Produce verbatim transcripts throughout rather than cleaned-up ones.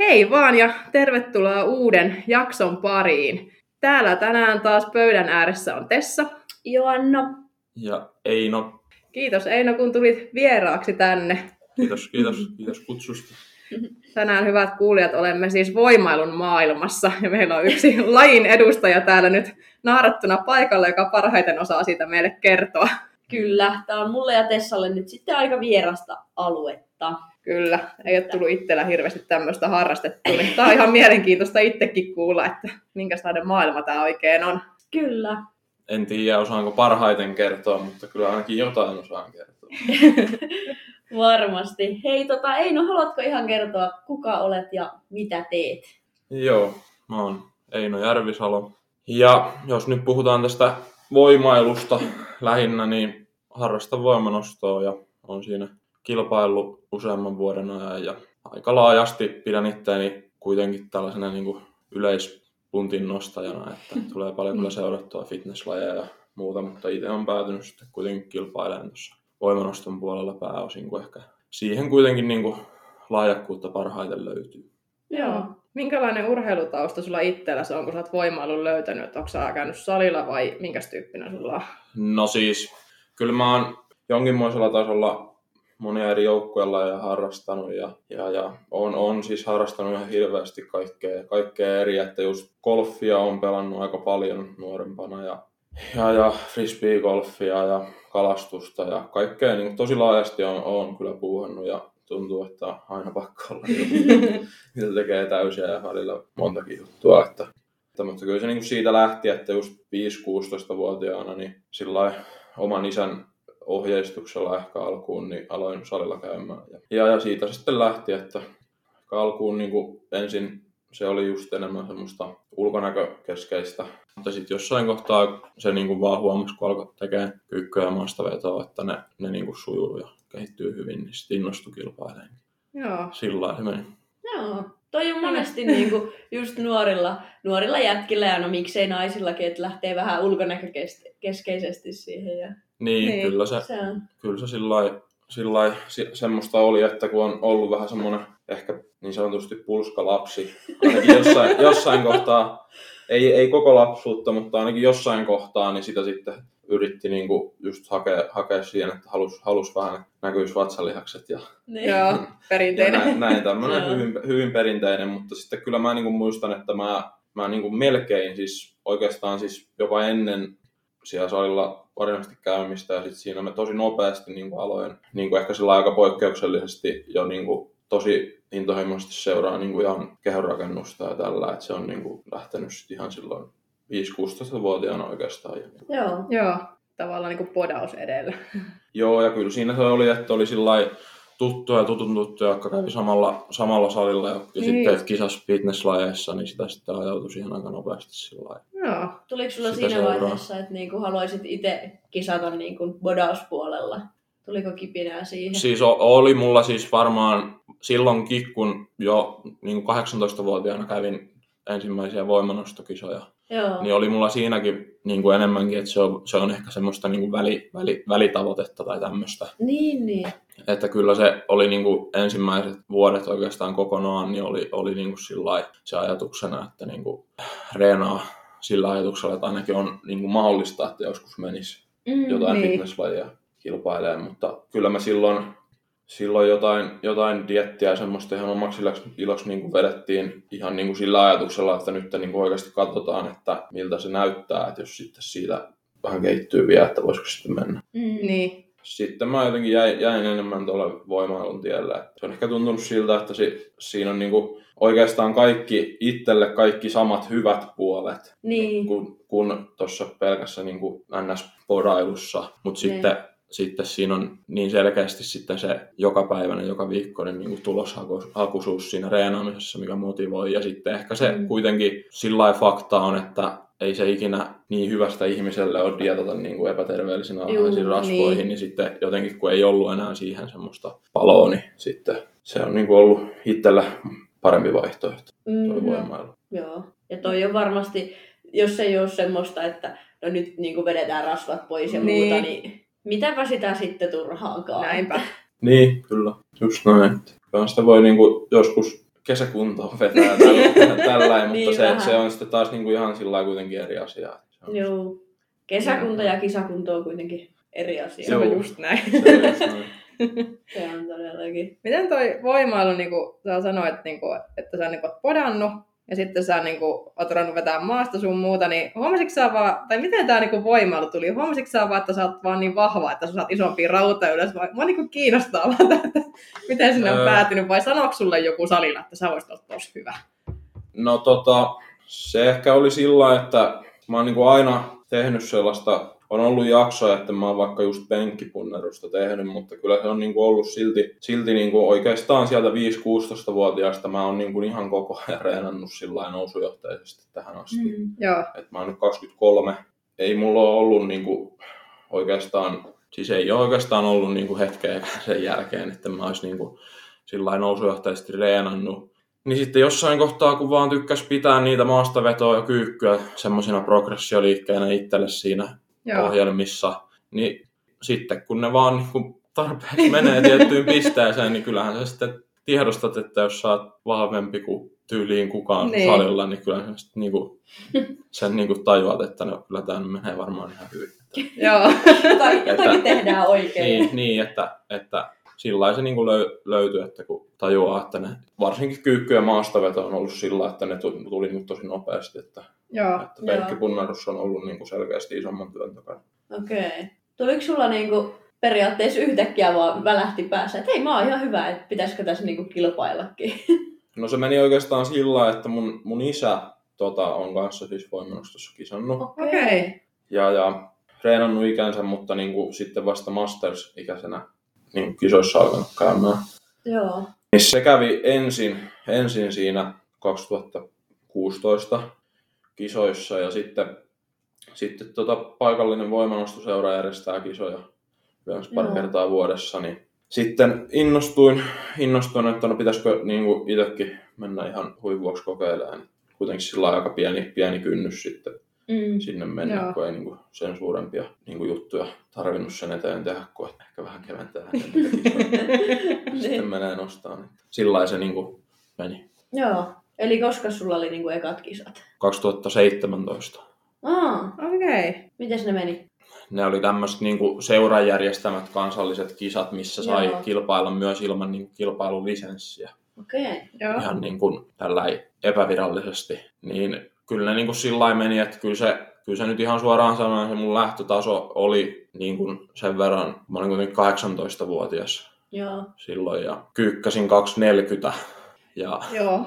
Hei vaan ja tervetuloa uuden jakson pariin. Täällä tänään taas pöydän ääressä on Tessa. Joanna. Ja Eino. Kiitos Eino, kun tulit vieraaksi tänne. Kiitos, kiitos, kiitos kutsusta. Tänään hyvät kuulijat, olemme siis voimailun maailmassa ja meillä on yksi lajin edustaja täällä nyt naarattuna paikalla, joka parhaiten osaa siitä meille kertoa. Kyllä, tämä on mulle ja Tessalle nyt sitten aika vierasta aluetta. Kyllä, ei ole tullut itsellä hirveästi tämmöistä harrastettua, niin tämä on ihan mielenkiintoista itsekin kuulla, että minkälainen maailma tämä oikein on. Kyllä. En tiedä, osaanko parhaiten kertoa, mutta kyllä ainakin jotain osaan kertoa. Varmasti. Hei, tota, Eino, haluatko ihan kertoa, kuka olet ja mitä teet? Joo, mä oon Eino Järvisalo. Ja jos nyt puhutaan tästä voimailusta lähinnä, niin harrastan voimanostoa ja on siinä kilpaillut useamman vuoden ajan. Ja aika laajasti pidän itseäni kuitenkin tällaisena niin kuin yleispuntin nostajana, että tulee paljon kyllä seurattua fitnesslajeja ja muuta, mutta itse olen päätynyt sitten kuitenkin kilpailemaan tuossa voimanoston puolella pääosin, kun ehkä siihen kuitenkin niin kuin lahjakkuutta parhaiten löytyy. Joo. Minkälainen urheilutausta sulla itsellä se on, kun sä oot voimailun löytänyt? Että onko sä käynyt salilla vai minkäs tyyppinen sulla on? No siis, kyllä mä oon jonkinmoisella tasolla monia eri joukkueilla ja harrastanut ja, ja, ja on, on siis harrastanut ihan hirveästi kaikkea, kaikkea eri, että just golfia on pelannut aika paljon nuorempana ja, ja, ja frisbee-golfia ja kalastusta ja kaikkea niin tosi laajasti on, on kyllä puuhannut ja tuntuu, että on aina pakko olla joku, mitä tekee täysiä ja välillä montakin juttua. Että, että, mutta kyllä se niin siitä lähti, että just viisi-kuusitoista-vuotiaana niin sillai oman isän ohjeistuksella ehkä alkuun niin aloin salilla käymään. Ja, ja siitä sitten lähti, että alkuun niin kuin ensin se oli just enemmän semmoista ulkonäkökeskeistä. Mutta sitten jossain kohtaa se niin kuin vaan huomasi, kun alkoi tekemään kyykköä ja maastavetoa, että ne, ne niin kuin sujuu ja kehittyy hyvin, niin sitten innostui kilpailemaan. Joo. Sillä lailla se meni. Joo. Toi on monesti niinku just nuorilla, nuorilla jätkillä ja no miksei naisillakin, että lähtee vähän ulkonäkökeskeisesti siihen. Ja... Niin, niin, kyllä se, se, on. Kyllä se sillai, sillai, se, semmoista oli, että kun on ollut vähän semmoinen ehkä niin sanotusti pulskalapsi, ainakin jossain, jossain kohtaa, ei, ei koko lapsuutta, mutta ainakin jossain kohtaa, niin sitä sitten yritti niinku just hakea, hakea siihen, että halus, halus vähän näkyisi vatsalihakset ja, niin. Joo, perinteinen. ja näin, näin tämmöinen hyvin, hyvin perinteinen, mutta sitten kyllä mä niinku muistan, että mä, mä niinku melkein siis oikeastaan siis jopa ennen siellä salilla varsinaisesti käymistä ja sitten siinä me tosi nopeasti niinku aloin niinku ehkä sillä aika poikkeuksellisesti jo niinku tosi intohimoisesti seuraa niinku ihan kehonrakennusta ja tällä, että se on niinku lähtenyt sit ihan silloin viisi-kuusitoista-vuotiaana oikeastaan. Joo. Joo, tavallaan niin kuin podaus edellä. Joo, ja kyllä siinä se oli, että oli sillai tuttuja ja tutun tuttuja, jotka kävi samalla, samalla salilla ja niin. Sitten kisas fitnesslajeissa, niin sitä sitten ajautui siihen aika nopeasti sillai. Joo. Tuliko sulla siinä seuraa. Vaiheessa, että niinku haluaisit itse kisata niinku bodauspuolella? Tuliko kipinää siihen? Siis oli mulla siis varmaan silloinkin, kun jo niin kahdeksantoistavuotiaana kävin ensimmäisiä voimanostokisoja. Joo. Niin oli mulla siinäkin niin kuin enemmänkin, että se on, se on ehkä semmoista niin kuin väli, väli, välitavoitetta tai tämmöistä. Niin, niin. Että kyllä se oli niin kuin ensimmäiset vuodet oikeastaan kokonaan, niin oli, oli niin kuin sillai se ajatuksena, että niin kuin reenaa sillä ajatuksella, että ainakin on niin kuin mahdollista, että joskus menisi mm, jotain niin. fitnesslajia kilpailemaan. Mutta kyllä mä silloin, silloin jotain, jotain diettiä ja semmoista ihan omaksi iloksi niin kuin vedettiin ihan niin kuin sillä ajatuksella, että nyt niin kuin oikeasti katsotaan, että miltä se näyttää, että jos sitten siitä vähän kehittyy vielä, että voisiko sitten mennä. Mm. Niin. Sitten mä jotenkin jäin, jäin enemmän tuolle voimailun tielle. Se on ehkä tuntunut siltä, että si, siinä on niinku oikeastaan kaikki itselle kaikki samat hyvät puolet niin. kuin, kuin tuossa pelkässä niinku N S-podailussa. Mutta niin. sitten, sitten siinä on niin selkeästi sitten se jokapäiväinen, joka viikkoinen niinku tuloshakuisuus siinä reenaamisessa, mikä motivoi. Ja sitten ehkä se mm. kuitenkin sillä fakta on, että ei se ikinä niin hyvästä ihmiselle ole dietata niin kuin epäterveellisinä alhaisiin rasvoihin, niin. niin sitten jotenkin kun ei ollut enää siihen semmoista paloa, niin sitten se on niin kuin ollut itsellä parempi vaihtoehto, mm-hmm. toi voimailu. Joo, ja toi on varmasti, jos ei ole semmoista, että no nyt niin kuin vedetään rasvat pois ja niin. muuta, niin mitäpä sitä sitten turhaankaan. Näinpä. Niin, kyllä, just näin. Kyllä sitä voi niin kuin joskus kesäkuntoon vetää tällä, tällä Niin mutta se, vähän. se on sitten taas niinku ihan sillä lailla kuitenkin eri asia. Se on, Joo. Kesäkunto ja kisakunto on kuitenkin eri asia. Se on Joo. just näin. se on just noin. Se on todellakin. Miten toi voimailu, niin kuin sä sanoit, niin kuin, että sä niin kuin, oot podannut ja sitten sä niin kuin, oot ruvennut vetää maasta sun muuta, niin huomasitko sä vaan, tai miten tää niin kuin, voimailu tuli? Huomasitko sä vaan, että sä oot vaan niin vahva, että sä saat isompia rautoja ylös? Vai, mua niin kuin, kiinnostaa vaan, että miten sinne on Öö. päätynyt, vai sanoiko sulle joku salilla, että sä voisit olla tosi hyvä? No tota, se ehkä oli sillä, että mä oon niinku aina tehnyt sellaista, on ollut jaksoja, että mä oon vaikka just penkkipunnerusta tehnyt, mutta kyllä se on niinku ollut silti, silti niinku oikeastaan sieltä viisi-kuusitoista-vuotiaasta mä oon niinku ihan koko ajan reenannut sillain nousujohteisesti tähän asti. Mm. Joo. Et mä oon nyt kaksikymmentäkolme. Ei mulla ole ollut niinku oikeastaan, siis ei ole oikeastaan ollut niinku hetkeä sen jälkeen, että mä ois niinku sillain nousujohteisesti reenannut. Niin sitten jossain kohtaa, kun vaan tykkäs pitää niitä maastavetoa ja kyykkyä semmosina progressioliikkeinä itselle siinä Joo. ohjelmissa, niin sitten kun ne vaan niin tarpeeksi menee tiettyyn pisteeseen, niin kyllähän sä sitten tiedostat, että jos sä oot vahvempi kuin tyyliin kukaan Niin. salilla, niin kyllä sä sitten niin kuin, sen niin kuin tajuat, että no, kyllä tämä menee varmaan ihan hyvin. Joo. Jotakin, jotakin tehdään oikein. Niin, niin että, että sillä lailla se niin kuin löy- löytyy, että kun tajuaa, että ne, varsinkin kyykky ja maastaveto on ollut sillä, että ne tuli, tuli nyt tosi nopeasti, että, Joo. että penkkipunnerus on ollut niin kuin selkeästi isomman työn takana. Okei. Okay. Tuliko sulla niinku periaatteessa yhtäkkiä vaan välähti päässä, että hei, mä oon ihan hyvä, että pitäisikö tässä niinku kilpaillakin? No se meni oikeastaan sillä lailla, että mun, mun isä tota, on kanssa siis voimanostossa kisannut Okei. Okay. ja, ja treenannut ikänsä, mutta niin kuin, sitten vasta Masters-ikäisenä niin kisoissa alkanut käymään. Joo. Niin se kävi ensin, ensin siinä kaksituhattakuusitoista kisoissa ja sitten, sitten tota, paikallinen voimanostoseura järjestää kisoja yleensä pari Joo. kertaa vuodessa. Niin sitten innostuin, innostuin, että no pitäisikö niin kuin itsekin mennä ihan huivuoksi kokeilemaan. Kuitenkin sillä on aika pieni, pieni kynnys sitten Mm. sinne mennä, Joo. kun ei niin kuin sen suurempia niin kuin juttuja tarvinnut sen eteen tehdä, kun ehkä vähän keventää. Sitten menee nostaan. Sillä lailla se niin kuin meni. Joo. Eli koska sulla oli niinku ekat kisat? kaksituhattaseitsemäntoista. Aa, Okei. Okay. mites ne meni? Ne oli tämmöiset niinku seuran järjestämät kansalliset kisat, missä sai Joo. kilpailla myös ilman niinku kilpailulisenssiä. Okei. Okay. Joo. Ihan niinku tällä epävirallisesti. Niin kyllä ne niinku sillä lailla meni, että kyllä se, kyllä se nyt ihan suoraan sanoen se mun lähtötaso oli niinku sen verran, mä olin kuitenkin kahdeksantoistavuotias Joo. silloin ja kyykkäsin kaksisataaneljäkymmentä ja Joo.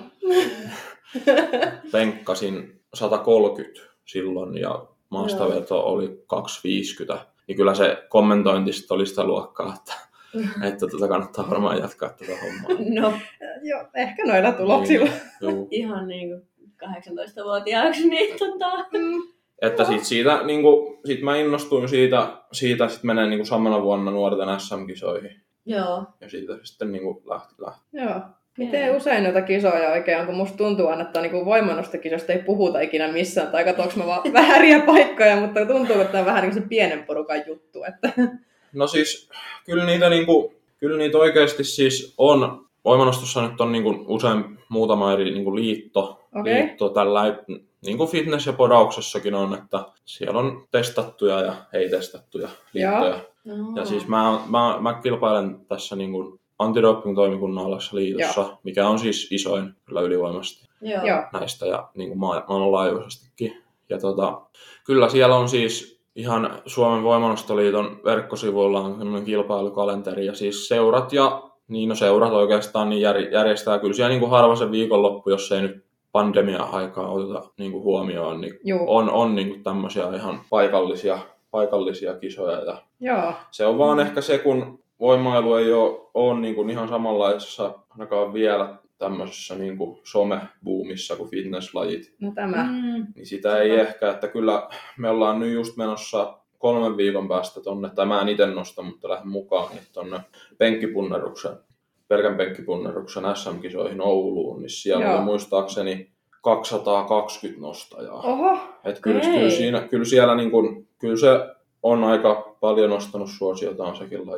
penkkasin sata kolmekymmentä silloin ja maastaveto oli kaksisataaviisikymmentä. Niin kyllä se kommentointi sitten oli sitä luokkaa, että, että tota kannattaa varmaan jatkaa tätä hommaa. No, Joo, ehkä noilla tuloksilla. Niin, juu. ihan niinku kahdeksantoistavuotiaaksi, niin tota... Mm. Että sit siitä, niinku, sit mä innostuin siitä, siitä sit menee niinku samana vuonna nuorten S M-kisoihin. Joo. Ja siitä sitten niinku lähti lähti. Joo. Miten usein noita kisoja oikein on, kun musta tuntuu aina, että niinku voimannostokisoista ei puhuta ikinä missään, tai katsoinko mä vaan vääriä paikkoja, mutta tuntuu, että tämä on vähän niin kuin se pienen porukan juttu. Että... No siis, kyllä niitä, niinku, kyllä niitä oikeasti siis on. Voimannostossa nyt on niinku usein muutama eri niinku liitto. Okei. liitto tällä, niin kuin fitness- ja podauksessakin on, että siellä on testattuja ja ei-testattuja liittoja. Joo. Ja siis mä, mä, mä kilpailen tässä niin kuin antidoping-toimikunnan alassa liitossa, Joo. mikä on siis isoin kyllä ylivoimasti Joo. Joo. näistä ja niin kuin maa- maailmanlaajuisestikin. Ja tota, kyllä siellä on siis ihan Suomen Voimannostoliiton verkkosivuilla on semmoinen kilpailukalenteri ja siis seurat ja niin no seurat oikeastaan niin jär, järjestää kyllä siellä niin kuin harva se viikonloppu, jos ei nyt pandemia-aikaa oteta niin kuin huomioon, niin Juu. on, on niin kuin tämmöisiä ihan paikallisia, paikallisia kisoja. Ja Joo. se on vaan ehkä se, kun voimailu ei ole, ole niin kuin ihan samanlaisessa, ainakaan vielä tämmöisessä niin kuin some-boomissa kuin fitnesslajit, No tämä. Mm. niin sitä ei ehkä, että kyllä me ollaan nyt just menossa kolmen viikon päästä tonne, tai mä en itse nosta, mutta lähden mukaan, niin tonne penkkipunneruksen, pelkän penkkipunneruksen S M-kisoihin Ouluun, niin siellä Joo. on muistaakseni kaksisataakaksikymmentä nostajaa. Oho. Et kyllä, Okei. kyllä, siinä, kyllä siellä niin kun, kyllä se on aika paljon nostanut suosiotaan sekin laji.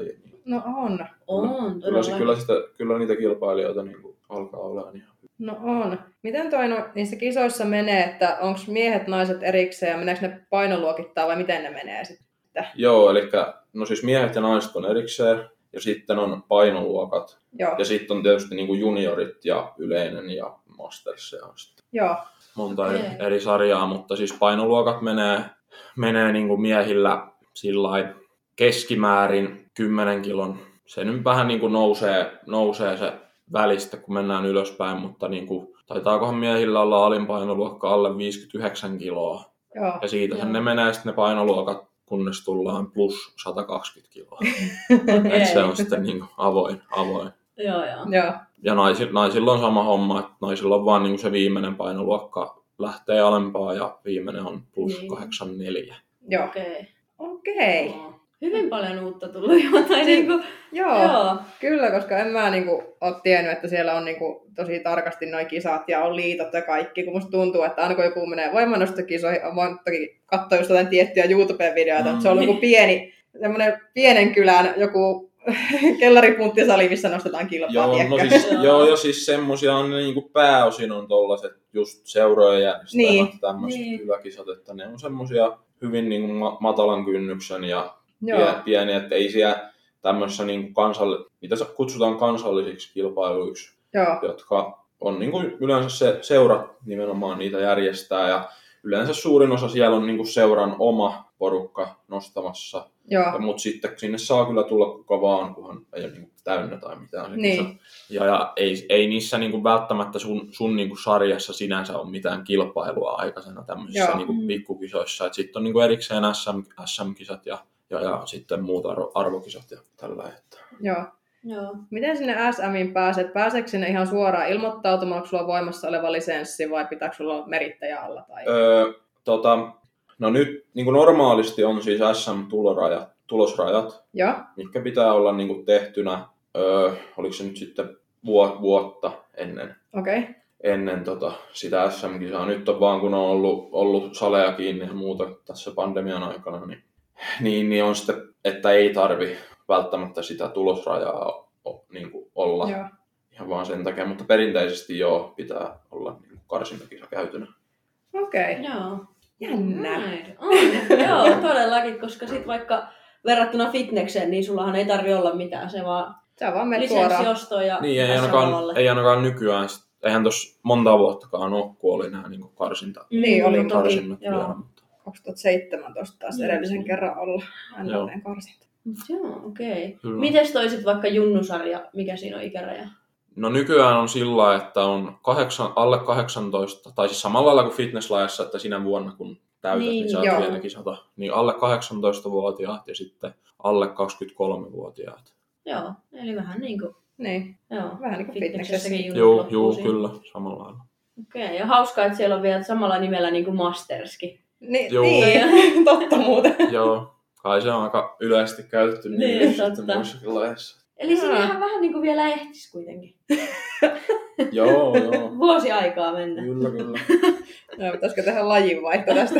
No on. On, Kyllä, se, todella. kyllä, sitä, kyllä niitä kilpailijoita niin kuin alkaa olemaan ihan. No on. Miten toi no, niissä kisoissa menee, että onko miehet, naiset erikseen ja meneekö ne painoluokittaa vai miten ne menee sitten? Joo, eli no siis miehet ja naiset on erikseen ja sitten on painoluokat. Joo. Ja sitten on tietysti niin kuin juniorit ja yleinen ja masters on sitten Joo. monta Okei. eri, eri sarjaa, mutta siis painoluokat menee, menee niin kuin miehillä sillai keskimäärin kymmenen kilon. Se nyt vähän niin kuin nousee, nousee se välistä, kun mennään ylöspäin, mutta niin kuin, taitaakohan miehillä olla alinpainoluokka alle viisikymmentäyhdeksän kiloa. Joo. Ja siitä sen Joo. ne menee sitten ne painoluokat, kunnes tullaan plus sata kaksikymmentä kiloa. Okei. Et se on sitten niin kuin avoin, avoin. Joo, joo. Joo. Ja naisilla, naisilla on sama homma, että naisilla on vaan niin kuin se viimeinen painoluokka lähtee alempaa ja viimeinen on plus Niin. kahdeksankymmentäneljä. Joo. Okei. Okei. Joo. Hyvin paljon uutta tullut jo. Tai niinku, Joo. joo. Kyllä, koska en mä niinku ole tiennyt, että siellä on niinku tosi tarkasti noi kisat ja on liitot ja kaikki, kun musta tuntuu, että aina kun joku menee voimannostokisoihin, on voinut toki katsoa just jotain tiettyjä YouTube-videoita, että se on joku pieni, semmoinen pienen kylän joku kellaripunttisali, missä nostetaan kilpaa, Joo, no tiedätkö? siis, joo, ja siis semmosia on ne niinku pääosin on tollaset just seurojen järjestämät Niin. tämmöiset Niin. yläkisat, että ne on semmosia hyvin niinku ma- matalan kynnyksen ja Joo. pie- pieniä, että ei siellä tämmössä niinku kansall- mitä se kutsutaan kansallisiksi kilpailuiksi, Joo. jotka on niinku yleensä se seurat nimenomaan niitä järjestää ja yleensä suurin osa siellä on niinku seuran oma porukka nostamassa. Joo. Mutta sitten sinne saa kyllä tulla kuka vaan, kunhan ei ole niinku täynnä tai mitään. Se Niin. kisa. Ja, ja ei, ei niissä niinku välttämättä sun, sun niinku sarjassa sinänsä ole mitään kilpailua aikaisena tämmöisissä Joo. niinku Mm. pikkukisoissa. Sitten on niinku erikseen S M, S M-kisat ja, ja, ja sitten muut arvo, arvokisat ja tällä. Että. Joo. Joo. Miten sinne S Miin pääset? Pääseekö sinne ihan suoraan ilmoittautumaan, onko sulla voimassa oleva lisenssi vai pitääkö sulla olla merittäjä alla? Tai... Öö, tota, no nyt niinku normaalisti on siis S M-tulorajat, tulosrajat, Joo. mitkä pitää olla niinku tehtynä, öö, oliko se nyt sitten vuo, vuotta ennen. Okei. Okay. ennen tota, sitä S M-kisaa. Nyt on vaan, kun on ollut, ollut saleja kiinni ja muuta tässä pandemian aikana, niin, niin, niin on sitten, että ei tarvi välttämättä sitä tulosrajaa o, niin kuin olla Joo. ihan vaan sen takia, mutta perinteisesti joo, pitää olla niin kuin karsintakisa käytynä. Okei. Okay. Joo. Jännä. Näin. On. Joo, todellakin, koska sit vaikka verrattuna fitnekseen, niin sullahan ei tarvi olla mitään, se vaan Sä vaan menet suoraan. lisenssiosto ja Niin, ei S ainakaan, M-alalle. ei ainakaan nykyään, sit- eihän tuossa monta vuottakaan ole, kun oli nämä niin karsinta, Niin, oli no toki, karsinnat joo. vielä. Mutta, kaksituhattaseitsemäntoista taas Joo. edellisen kerran olla N Joo. L karsinta. Mut Joo, okei. Okay. Kyllä. Mites toisit vaikka junnusarja, mikä siinä on ikäraja? no nykyään on sillä lailla, että on kahdeksan, alle kahdeksantoista, tai siis samalla lailla kuin fitnesslajassa, että sinä vuonna kun täytät, niin, Niin, niin saat joo. vielä kisata. Niin alle kahdeksantoistavuotiaat ja sitten alle kaksikymmentäkolmevuotiaat. Joo, eli vähän niin kuin, Niin, joo, vähän niin kuin fitnessessäkin fitnessessäkin. junnut Joo, loppuu joo, siinä. kyllä, samalla lailla. Okei, okay. Ja hauskaa, että siellä on vielä samalla nimellä niin kuin Masterskin. Ni, Joo. niin, totta muuten. Joo, kai se on aika yleisesti käytetty Niin, niin sitten totta. muissakin lajeissa. Eli Jaa. sinnehän vähän niin kuin vielä ehtis kuitenkin. Joo, joo, Vuosi aikaa mennä. kyllä, kyllä. No, pitäisikö tehdä lajinvaihto tästä?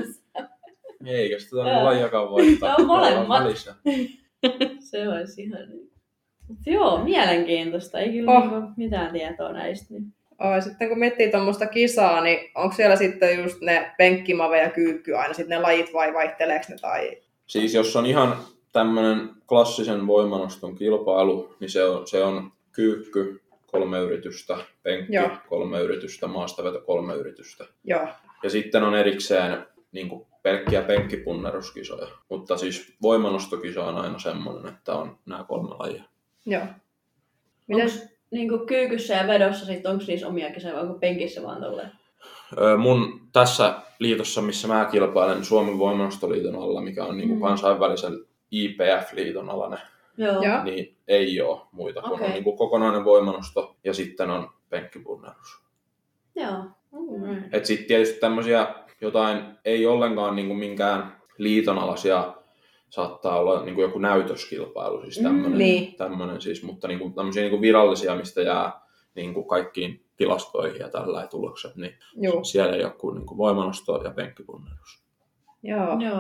Eikä sitä Joo. tarvitse lajiakaan vaihtaa. Joo, molemmat. Ollaan välissä. Se olisi ihan niin. Mut joo, mielenkiintoista. Ei kyllä Oh. oh. mitään tietoa näistä. Niin. Oi, sitten kun miettii tuommoista kisaa, niin onko siellä sitten just ne penkkimave ja kyykky aina sitten ne lajit vai vaihteleeko ne tai... Siis jos on ihan tämmöinen klassisen voimanoston kilpailu, niin se on, se on kyykky, kolme yritystä, penkki, Joo. kolme yritystä, maastaveto, kolme yritystä. Joo. Ja sitten on erikseen niin kuin pelkkiä penkkipunneruskisoja. Mutta siis voimanostokisa on aina semmoinen, että on nämä kolme lajia. Joo. Onko Mites? niin kyykyssä ja vedossa sit, onko niissä omia kisoja vai onko penkissä vaan tolleen? Öö, Mun tässä liitossa, missä mä kilpailen Suomen voimanostoliiton alla, mikä on niin kuin Mm. kansainvälisen I P F-liiton alainen, Joo. Joo. niin ei ole muita, kun Okei. on niin kuin kokonainen voimanosto ja sitten on penkkipunnerus. Joo. Mm. Et sitten tietysti tämmöisiä jotain, ei ollenkaan niin kuin minkään liiton alaisia, saattaa olla niin kuin joku näytöskilpailu, siis tämmöinen, Mm, niin. tämmöinen siis, mutta niin kuin tämmöisiä niin kuin virallisia, mistä jää niin kuin kaikkiin tilastoihin ja tällä tulokset, niin Joo. siellä ei ole kuin, niin kuin voimanosto ja penkkipunnerus. Joo. Joo.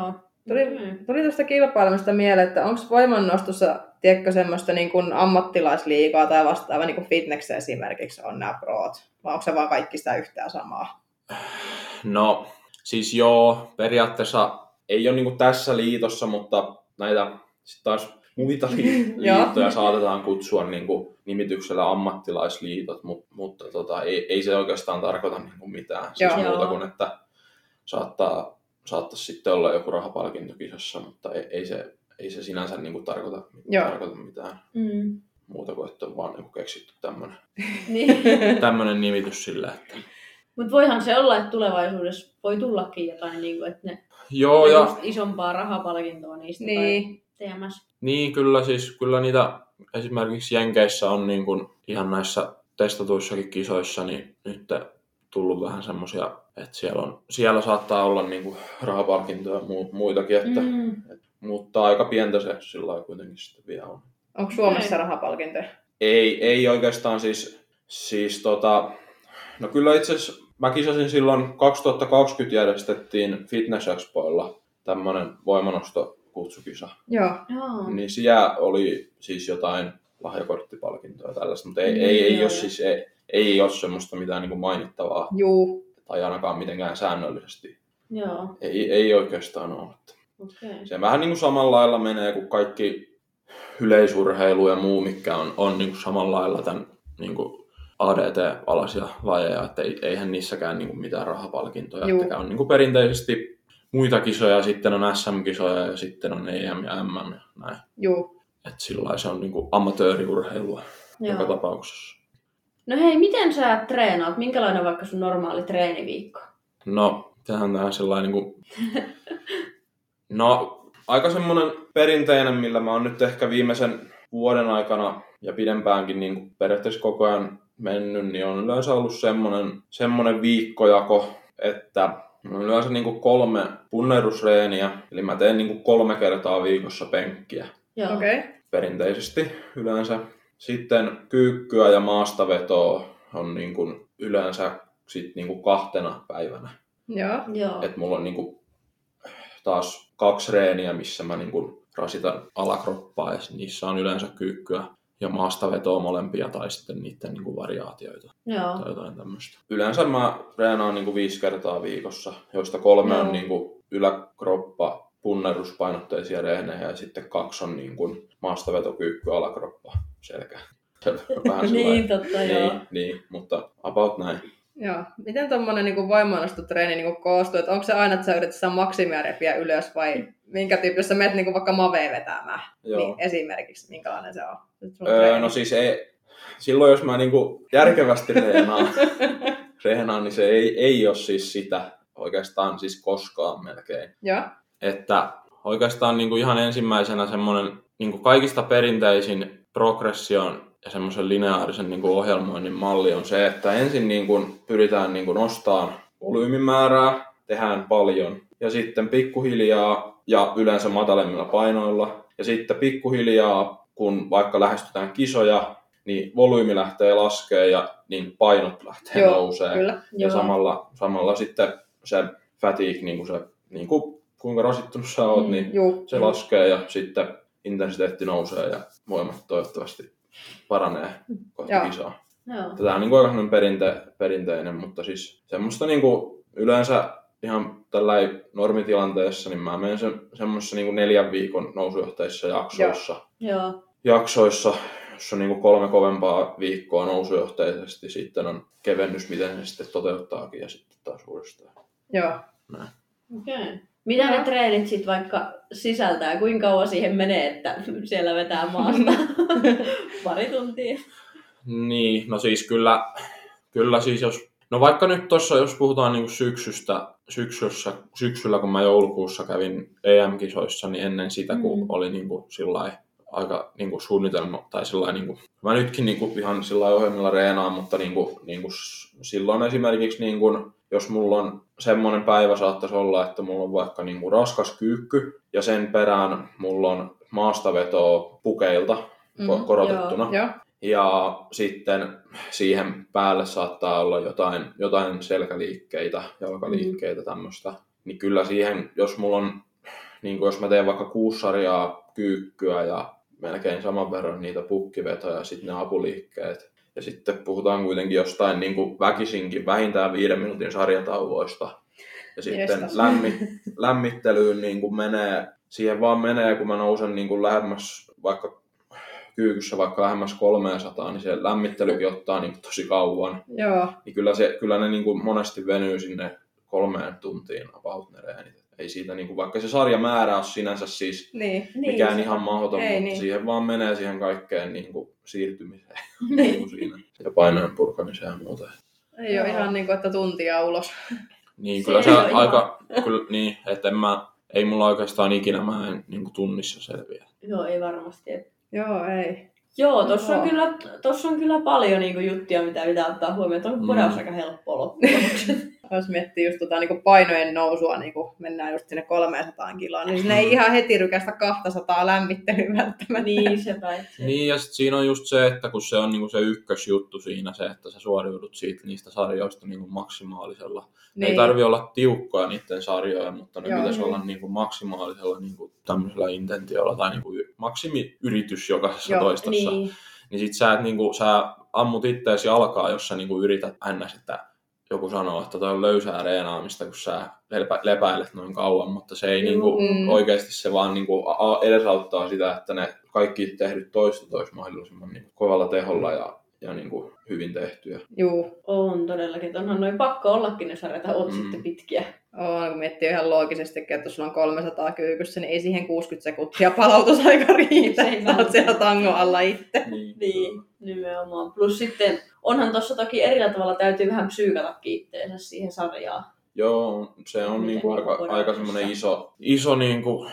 Tuli, Mm. tuli tuosta kilpailemista mieleen, että onko voimannostossa, tiedätkö, semmoista niin kuin ammattilaisliigaa tai vastaava, niin kuin fitnessä esimerkiksi on nämä proot? Vai onko se vaan kaikki sitä yhtään samaa? No, siis joo, periaatteessa ei ole niinku tässä liitossa, mutta näitä sit taas muita li- liittoja saatetaan kutsua niinku nimityksellä ammattilaisliitot, mutta, mutta tota, ei, ei se oikeastaan tarkoita niinku mitään. Siis Joo. muuta kuin, että saattaa, saattaisi sitten olla joku rahapalkinto kisassa, mutta ei, ei, se, ei se sinänsä niinku tarkoita, tarkoita mitään. Mm. Muuta kuin, että on vaan niinku keksitty tämmönen, Niin. tämmönen nimitys sillä, että... Mutta voihan se olla, että tulevaisuudessa voi tullakin jotain, niin kuin, että ne Joo, ja... just isompaa rahapalkintoa niistä Niin. tai T M S. Niin, kyllä siis kyllä niitä esimerkiksi Jenkeissä on niin kuin ihan näissä testatuissakin kisoissa niin nyt tullut vähän semmosia, että siellä, on, siellä saattaa olla niin kuin rahapalkintoja ja mu- muitakin, että, Mm. et, mutta aika pientä se sillä lailla kuitenkin sitten vielä on. Onko Suomessa rahapalkintoja? Ei, ei oikeastaan siis, siis tota, no kyllä itse asiassa mä kisasin silloin kaksituhattakaksikymmentä järjestettiin Fitness Expoilla tämmönen voimanostokutsukisa. Joo. Joo. Niin siellä oli siis jotain lahjakorttipalkintoa ja tällaista, mutta ei, Mm, ei, ei, joo, ole, joo. siis, ei, ei ole semmoista mitään niin kuin mainittavaa Juu. tai ainakaan mitenkään säännöllisesti. Joo, Ei, ei oikeastaan ole. okei. Okay. Se vähän niin kuin samalla lailla menee kuin kaikki yleisurheilu ja muu, mikä on, on niin kuin samalla lailla tämän niin kuin A D T-alaisia lajeja, että ei, eihän niissäkään niin kuin mitään rahapalkintoja. Juu. Että on niin kuin perinteisesti muita kisoja, sitten on S M-kisoja ja sitten on E M ja M M ja näin. Juu. Että sillä lailla se on niin kuin amatööriurheilua joka Joo. tapauksessa. No hei, miten sä treenaat? Minkälainen on vaikka sun normaali treeniviikko? No, tämähän on tähän sellainen niin kuin... No, aika semmoinen perinteinen, millä mä oon nyt ehkä viimeisen vuoden aikana ja pidempäänkin niin kuin periaatteessa koko ajan mennyt, niin on yleensä ollut semmoinen, semmoinen viikkojako, että on yleensä niin kuin kolme punnerusreeniä, eli mä teen niin kuin kolme kertaa viikossa penkkiä Joo. Okei. Okay. perinteisesti yleensä. Sitten kyykkyä ja maastavetoa on niin kuin yleensä sit niin kuin kahtena päivänä. Joo. Joo. Et mulla on niin kuin taas kaksi reeniä, missä mä niin kuin rasitan alakroppaa ja niissä on yleensä kyykkyä ja maastavetoa molempia tai sitten niiden niin kuin variaatioita Joo. tai jotain tämmöistä. Yleensä mä treenaan niin kuin viisi kertaa viikossa, joista kolme Joo. on niin kuin yläkroppa, punneruspainotteisia reenejä ja sitten kaksi on niin kuin maastaveto, kyykky, alakroppa, selkä. Vähän Niin, totta, joo. niin, niin, mutta about näin. Joo. Miten tuommoinen niinku voimannostotreeni niinku koostuu? Et onko se aina, että sä yrität sitä maksimia repiä ylös vai minkä tyyppi, jos sä menet niinku vaikka maveen vetämään, Joo. niin esimerkiksi minkälainen se on? Sun Öö, treeni? no siis ei, silloin jos mä niinku järkevästi reenaan, reenaan, niin se ei, ei ole siis sitä oikeastaan siis koskaan melkein. Joo. Että oikeastaan niinku ihan ensimmäisenä semmoinen niinku kaikista perinteisin progression ja semmoisen lineaarisen niin kuin ohjelmoinnin malli on se, että ensin niin kuin pyritään niin kuin nostamaan volyymimäärää, tehdään paljon ja sitten pikkuhiljaa ja yleensä matalemmilla painoilla ja sitten pikkuhiljaa, kun vaikka lähestytään kisoja, niin volyymi lähtee laskemaan ja niin painot lähtee Joo, nousee. kyllä. Ja Joo. samalla, samalla sitten se fatigue, niin kuin se, niin kuin, kuinka rasittunut sä oot, Mm, niin Juu. se laskee ja sitten intensiteetti nousee ja voimat toivottavasti paranee kohti Joo. kisaa. Joo. Tämä on niin kuin aika perinte, perinteinen, mutta siis semmoista niin kuin yleensä ihan tällainen normitilanteessa, niin mä menen se, semmoisessa niin kuin neljän viikon nousujohteissa jaksoissa, Joo. jaksoissa, jossa on niin kuin kolme kovempaa viikkoa nousujohteisesti, sitten on kevennys, miten se sitten toteuttaakin ja sitten taas uudestaan. Joo. Näin. Okei. Okay. Mitä Joo. ne treenit sit vaikka sisältää? Kuinka kauan siihen menee, että siellä vetää maasta pari tuntia? Niin, no siis kyllä, kyllä siis jos, no vaikka nyt tuossa, jos puhutaan niinku syksystä, syksyssä, syksyllä kun mä joulukuussa kävin E M-kisoissa, niin ennen sitä, kun Mm. oli niinku sillai aika niinku suunnitelma, tai sillai niinku, mä nytkin niinku ihan sillai ohjelmilla reenaan, mutta niinku, niinku s- silloin esimerkiksi niinku, jos mulla on semmoinen päivä saattaisi olla, että mulla on vaikka niinku raskas kyykky, ja sen perään mulla on maastavetoa pukeilta ko- Mhm, korotettuna. Joo. Ja sitten siihen päälle saattaa olla jotain, jotain selkäliikkeitä, jalkaliikkeitä, tämmöistä. Niin kyllä siihen, jos mulla on niin kuin jos mä teen vaikka kuusi sarjaa kyykkyä ja melkein saman verran niitä pukkivetoja ja sitten ne apuliikkeet. Ja sitten puhutaan kuitenkin jostain niin kuin väkisinkin vähintään viiden minuutin sarjatauvoista. Ja sitten lämmi, lämmittelyyn niin kuin menee, siihen vaan menee, kun mä nousen niin kuin lähemmäs vaikka kyykyssä vaikka lähemmäs kolmesataa, niin se lämmittelykin ottaa niin kuin tosi kauan. Joo. Niin kyllä, se, kyllä ne niin kuin monesti venyy sinne kolmeen tuntiin about ne reenit. Ei siitä, niin kuin, vaikka se sarjamäärä on sinänsä siis niin. mikään niin, ihan mahdoton, ei, mutta niin. siihen vaan menee siihen kaikkeen niin kuin siirtymiseen niin siinä, ja painojen purkamiseen ja muuta. Ei ole ihan niin kuin, että tuntia ulos. Niin, Se kyllä se on aika, kyllä, niin, että en mä, ei mulla oikeastaan ikinä, mä en niin kuin tunnissa selviä. Joo, ei varmasti. Joo, ei. Joo, tossa on Joo. kyllä, tossa on kyllä paljon niinku juttuja, mitä pitää ottaa huomioon. Tuo on Mm. podaus aika helppoa loppujen lopuksi. Jos miettii just tota, niin painojen nousua, niin kun mennään just sinne kolmesataa kiloon, niin sinne ei ihan heti rykästä kaksisataa lämmittelyä välttämättä. niin, sepä. Niin, ja sit siinä on just se, että kun se on niinku se ykkösjuttu siinä, se, että sä suoriudut siitä niistä sarjoista niinku maksimaalisella. Niin. Ei tarvi olla tiukkoja niiden sarjoja, mutta ne Joo, pitäisi niin. olla niinku maksimaalisella niinku tämmöisellä intentiolla tai niinku y- maksimiyritys jokaisessa Joo, toistossa. Niin. Niin sit sä, et niinku, sä ammut itteesi jalkaa, jos sä niinku yrität ns. Että joku sanoo, että toi on löysää reenaamista, kun sä lepä, lepäilet noin kauan, mutta se ei niinku, Mm. oikeasti se vaan niinku a- edesauttaa sitä, että ne kaikki tehdyt toistot olisi mahdollisimman niinku kovalla teholla ja, ja niinku hyvin tehtyjä. Juu. On todellakin. että Onhan noin pakko ollakin ne sarjat, oot Mm. sitten pitkiä. On, kun miettii ihan loogisesti, että jos sulla on kolmesataa kyykyssä, niin ei siihen kuusikymmentä sekuntia palautusaika riitä. Se ei Sä oot siellä tangon alla itse. Niin. Niin, nimenomaan. Plus sitten onhan tuossa toki erillä tavalla täytyy vähän psyykatakin itteensä siihen sarjaan. Joo, se on Miten niinku niinku aika, voidaan aika tässä? semmoinen iso, iso niinku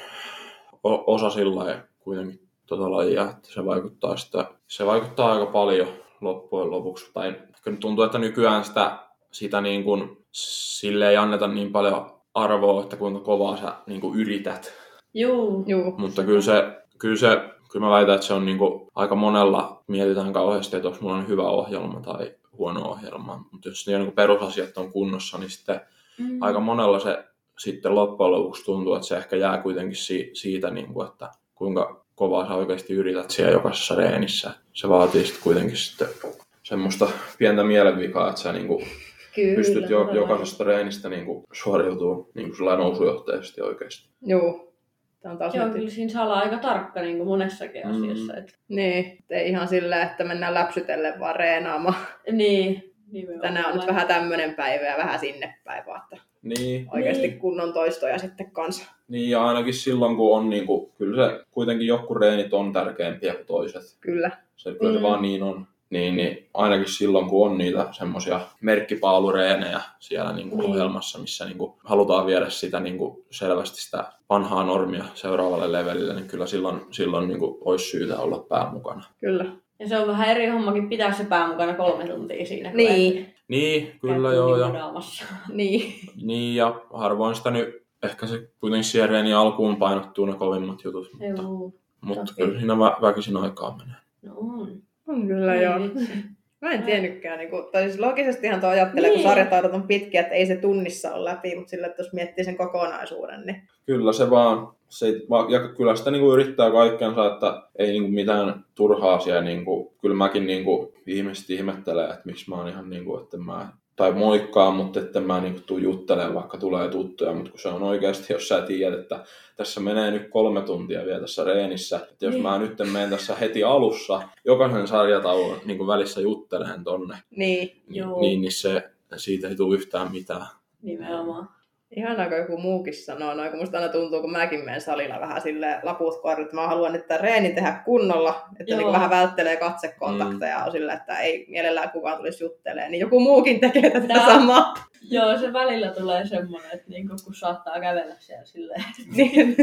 o- osa sillä kuitenkin tota lajia, että se vaikuttaa, sitä, se vaikuttaa aika paljon loppujen lopuksi. Tai kyllä tuntuu, että nykyään sitä, sitä niin kuin, sille ei anneta niin paljon arvoa, että kuinka kovaa sä niin kuin yrität. Juu. Juu. Mutta kyllä se, kyllä se, kyllä mä väitän, että se on niin kuin, aika monella mietitään kauheasti, että onko mulla on hyvä ohjelma tai huono ohjelma. Mutta jos ne niin kuin perusasiat on kunnossa, niin sitten Mm. aika monella se sitten loppujen lopuksi tuntuu, että se ehkä jää kuitenkin si- siitä, niin kuin, että kuinka kovaa sä oikeasti yrität siellä jokaisessa reenissä. Se vaatii sitten kuitenkin sitten semmoista pientä mielenvikaa, että sä niin kuin Kyllä, pystyt jo, todellakin. jokaisesta reenistä niin kuin suoriutumaan niin kuin sellainen nousujohteisesti oikeasti. Juu. Tämä on taas Joo, nyt... kyllä siinä saa olla aika tarkka niin kuin monessakin Mm. asiassa. Et... Niin, ei ihan silleen, että mennään läpsytellen vaan reenaamaan. Niin. Nimenomaan. Tänään on nyt vähän tämmönen päivä ja vähän sinne päin vaan, että Niin, oikeasti Niin. kunnon toistoja sitten kanssa. niin ja ainakin silloin, kun on, niin kuin, kyllä se kuitenkin joku reenit on tärkeämpiä kuin toiset. Kyllä. Se, kyllä Mm. se vaan niin on. Niin, niin ainakin silloin, kun on niitä semmoisia merkkipaalureenejä siellä niin kuin Niin. ohjelmassa, missä niin kuin halutaan viedä sitä niin kuin selvästi sitä vanhaa normia seuraavalle levelille, niin kyllä silloin, silloin niin kuin olisi syytä olla pää mukana. Kyllä. Ja se on vähän eri hommakin pitää se pää mukana kolme tuntia siinä. kun Niin. et Niin, kyllä käy joo. tunnin Ja, modaamassa. Niin. niin, ja harvoin sitä nyt, ehkä se kuitenkin siihen reenin alkuun painottuu ne kovimmat jutut, mutta, Joo. mutta toki. kyllä siinä vä- väkisin aikaa menee. No on. On kyllä Ei joo. vitsi. Mä en tiennytkään, niin kuin, tai siis logisestihan tuo ajattelee, niin. Niin. kun sarjataidot on pitkiä, että ei se tunnissa ole läpi, mutta sillä, että jos miettii sen kokonaisuuden, niin Kyllä se vaan, se, ja kyllä sitä niinku yrittää kaikkensa, että ei niinku mitään turhaa asiaa, niinku, kyllä mäkin niinku ihmiset ihmettelee, että miksi mä oon ihan niinku, että mä, tai moikkaa, mutta että mä niinku tuu juttelemaan, vaikka tulee tuttuja, mutta kun se on oikeasti, jos sä tiedät, että tässä menee nyt kolme tuntia vielä tässä reenissä, että jos Niin. mä nyt menen tässä heti alussa, jokaisen sarjatauon niinku välissä juttelen tonne, niin. niin, Joo. niin, niin se, siitä ei tule yhtään mitään. Nimenomaan. Ihanaa, kun joku muukin sanoo noin, kun musta aina tuntuu, kun mäkin menen salilla vähän silleen laput kohdalla, että mä haluan nyt tämän reenin tehdä kunnolla, että niin Joo. vähän välttelee katsekontakteja mm. on silleen, että ei mielellään kukaan tulisi juttelemaan, niin joku muukin tekee tätä Tää- samaa. Joo, se välillä tulee semmoinen, että niinku, kun saattaa kävellä siellä silleen. Niin.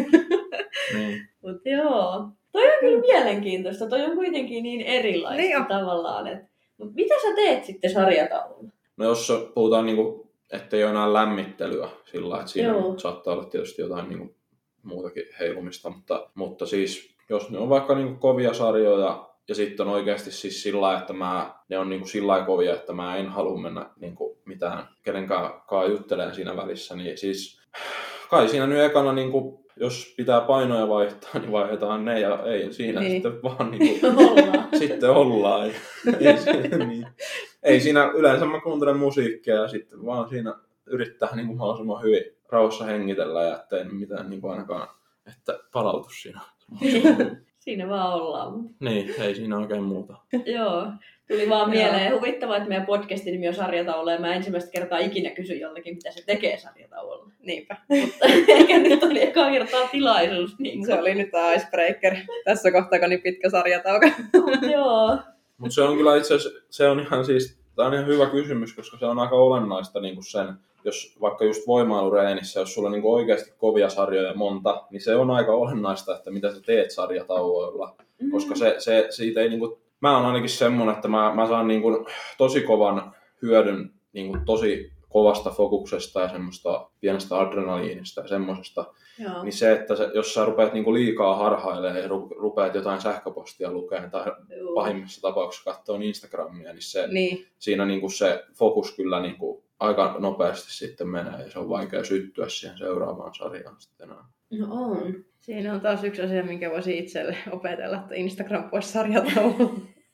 Niin. Mutta joo, toi on kyllä mielenkiintoista. Toi on kuitenkin niin erilaista Niin on. tavallaan. Et... Mut mitä sä teet sitten sarjataululla? No jos puhutaan niinku, ettei ole enää lämmittelyä sillä lailla, että siinä Joo. saattaa olla tietysti jotain niinku muutakin heilumista, mutta, mutta siis jos ne on vaikka niinku kovia sarjoja ja sitten on oikeasti siis sillä lailla, että mä, ne on niinku sillä lailla kovia, että mä en halua mennä niinku mitään kenenkään juttelemaan siinä välissä, niin siis kai siinä nyt ekana, niin kuin, jos pitää painoja vaihtaa, niin vaihdetaan ne ja ei siinä niin. Sitten vaan niin kuin, ollaan. sitten ollaan. ei, siinä, niin. ei siinä yleensä mä kuuntelen musiikkia ja sitten vaan siinä yrittää niin kuin mahdollisimman hyvin rauhassa hengitellä ja ettei mitään niin kuin ainakaan, että palautus siinä. Siinä vaan ollaan. Niin, ei siinä oikein muuta. Joo. Tuli vaan mieleen huvittavaa, että meidän podcastin nimi on Sarjatauolla ja mä ensimmäistä kertaa ikinä kysyn joltakin, mitä se tekee sarjatauolla. Niinpä. Mutta ehkä nyt oli ekaa kertaa tilaisuus. Niin se oli nyt tämä icebreaker. Tässä kohtaa, kun niin pitkä sarjatauko. Joo. Mutta se on kyllä itse asiassa, se on ihan siis, tää on ihan hyvä kysymys, koska se on aika olennaista niin kuin sen, jos vaikka just voimailureenissä, jos sulla on niin kuin oikeasti kovia sarjoja monta, niin se on aika olennaista, että mitä sä teet sarjatauoilla. Mm. Koska se, se, siitä ei niin kuin, mä oon ainakin semmonen, että mä, mä saan niin kuin tosi kovan hyödyn niin kuin tosi kovasta fokuksesta ja semmoista pienestä adrenaliinista ja semmosesta. Joo. Niin se, että se, jos sä rupeat niin kuin liikaa harhailemaan ja rupeat jotain sähköpostia lukemaan tai Joo. pahimmassa tapauksessa katsoa Instagramia, niin, se, niin. siinä niin kuin se fokus kyllä niin kuin aika nopeasti sitten menee ja se on vaikea syttyä siihen seuraavaan sarjaan sitten enää. No on. Siinä on taas yksi asia, minkä voisi itselle opetella, että Instagram pois sarjatauolla.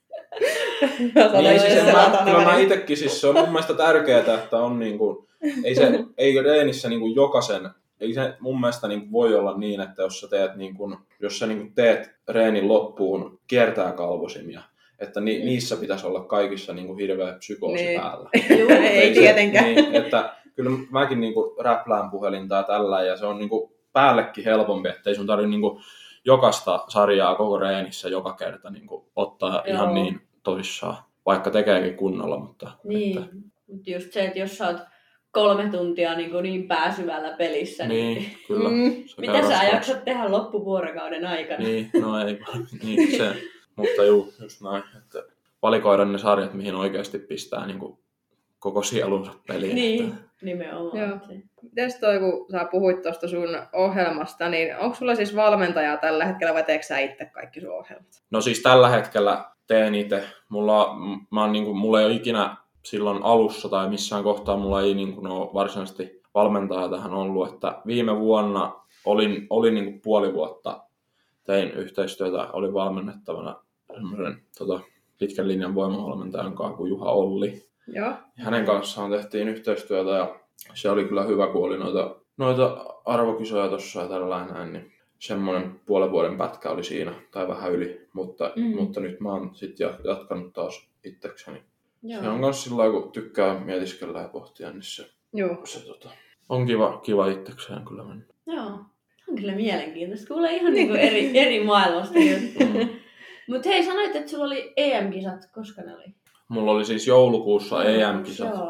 niin, siis mä, kyllä mä itsekin, siis se on mun mielestä tärkeää, että on niinku, ei se, ei reenissä niinku jokaisen, ei se mun mielestä niinku voi olla niin, että jos sä teet, niinku, jos sä niinku teet reenin loppuun kiertää kalvosimia, että ni, niissä pitäisi olla kaikissa niinku hirveä psykoosi niin. päällä. Juu, ei, ei tietenkään. Niin, että kyllä mäkin niinku räplään puhelinta ja tällä ja se on niinku päällekin helpompi, ettei sun tarvitse niinku jokaista sarjaa koko reenissä joka kerta niinku ottaa Joo. ihan niin toissaan, vaikka tekeekin kunnolla. Mutta niin, että... mutta just se, että jos sä oot kolme tuntia niin, kuin niin pääsyvällä pelissä, niin, niin kyllä. Mm. mitä sä jaksat tehdä loppuvuorokauden aikana? Niin, no ei, niin se, mutta juu, just näin, että valikoida ne sarjat, mihin oikeasti pistää niin kuin koko sielunsa peliin. Niin, että... nimenomaan. Joo. Mites toi, kun sä puhuit tuosta sun ohjelmasta, niin onko sulla siis valmentajaa tällä hetkellä vai teekö sä itse kaikki sun ohjelmat? No siis tällä hetkellä teen itse. Mulla, mä oon, niin kuin, mulla ei ole ikinä silloin alussa tai missään kohtaa mulla ei niin kuin, ole varsinaisesti valmentajaa tähän ollut. Että viime vuonna olin, olin niin kuin puoli vuotta tein yhteistyötä, olin valmennettavana semmoisen tota, pitkän linjan voimavalmentajan kanssa kuin Juha Olli. Joo. Hänen kanssaan tehtiin yhteistyötä ja se oli kyllä hyvä, kun oli noita, noita arvokisoja tuossa ja tällainen näin, niin semmoinen puolen vuoden pätkä oli siinä, tai vähän yli, mutta, mm. mutta nyt mä oon sitten jatkanut taas itsekseni. Joo. Se on myös sillä lailla, kun tykkää mietiskellä ja pohtia, niin se, se tota, on kiva, kiva itsekseen kyllä mennä. Joo, on kyllä mielenkiintoista. Kuulee ihan niinku eri, eri maailmasta mm. Mutta hei, sanoit, että sulla oli E M-kisat, koska ne oli? Mulla oli siis joulukuussa E M-kisat Joo.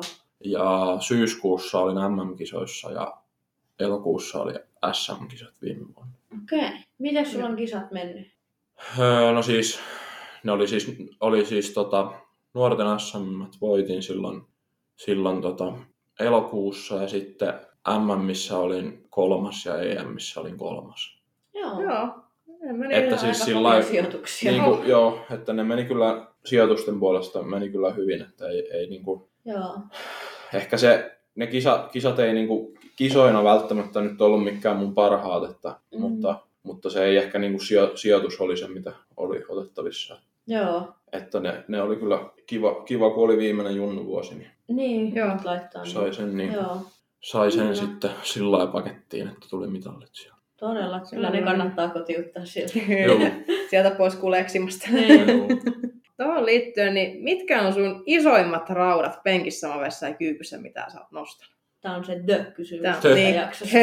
ja syyskuussa olin M M-kisoissa ja elokuussa oli S M-kisat viime vuonna. Okei. Okay. Miten sulla on kisat mennyt? Öö, no siis, ne oli siis, oli siis tota, nuorten S M voitin silloin, silloin tota, elokuussa ja sitten M M:ssä olin kolmas ja E M:ssä olin kolmas. Joo. Joo. Että siis sillä sijoituksia. Niinku, joo, että ne meni kyllä sijoitusten puolesta meni kyllä hyvin, että ei, ei niinku... Joo. Ehkä se, ne kisa, kisat ei niinku kisoina välttämättä nyt ollut mikään mun parhaat, että, mm-hmm. mutta, mutta se ei ehkä niinku sijo, sijoitus oli se, mitä oli otettavissa. Joo. Että ne, ne oli kyllä kiva, kiva, kun oli viimeinen junnuvuosi, niin, niin joo. laittaa sai sen, niin, joo. sai sen sitten sillä lailla pakettiin, että tuli mitallit siellä. Todella, kyllä ne kannattaa kotiuttaa sieltä. Sieltä pois kuleksimasta. Tuohon liittyen, niin mitkä on sun isoimmat raudat penkissä, mavessa ja kyykyssä, mitä sä oot nostanut? Tää on se the-kysymys. Tö. Niin. jaksossa.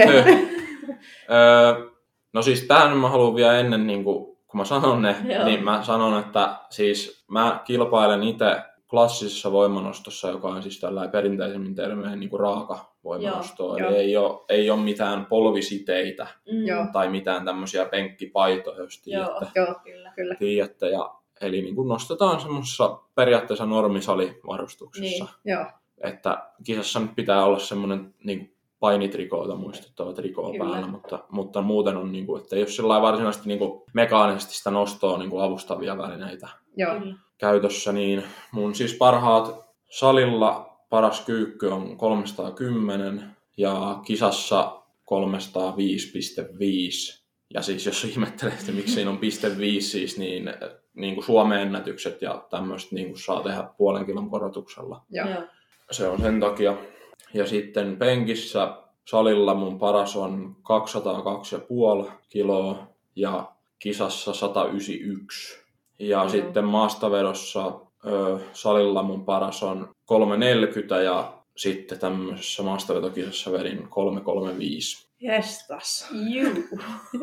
No siis tähän mä haluan vielä ennen, niin kun, kun mä sanon ne, Joo. niin mä sanon, että siis mä kilpailen itse klassisessa voimanostossa, joka on siis tällainen perinteisemmin termeen niin kuin raaka voimanosto. Eli ei ole, ei ole mitään polvisiteitä mm. tai mitään tämmöisiä penkkipaitoja, jos tiedätte. Joo, kyllä, kyllä. tiedätte. Ja, eli niin kuin nostetaan semmoisessa periaatteessa normisalivarustuksessa. Niin. Joo. Että kisassa nyt pitää olla semmoinen niin kuin painitrikoota muistuttava trikoo kyllä. päällä, mutta, mutta muuten on, niin kuin, että ei ole sellainen varsinaisesti niin kuin mekaanisesti sitä nostoa niin kuin avustavia välineitä. Joo. käytössä, niin mun siis parhaat salilla paras kyykky on kolmesataakymmenen ja kisassa kolmesataaviisi pilkku viisi. Ja siis jos ihmettelee, että miksi siinä on piste viisi siis, niin, niin kuin Suomen ennätykset ja tämmöistä niin kuin saa tehdä puolen kilon korotuksella. Joo. Joo. Se on sen takia. Ja sitten penkissä salilla mun paras on kaksisataakaksi pilkku viisi kiloa ja kisassa sata yhdeksänkymmentäyksi. Ja Joo. sitten maastavedossa ö, salilla mun paras on kolmesataaneljäkymmentä ja sitten tämmöisessä maastavetokisassa vedin kolme kolmekymmentäviisi. Jestas. Juu.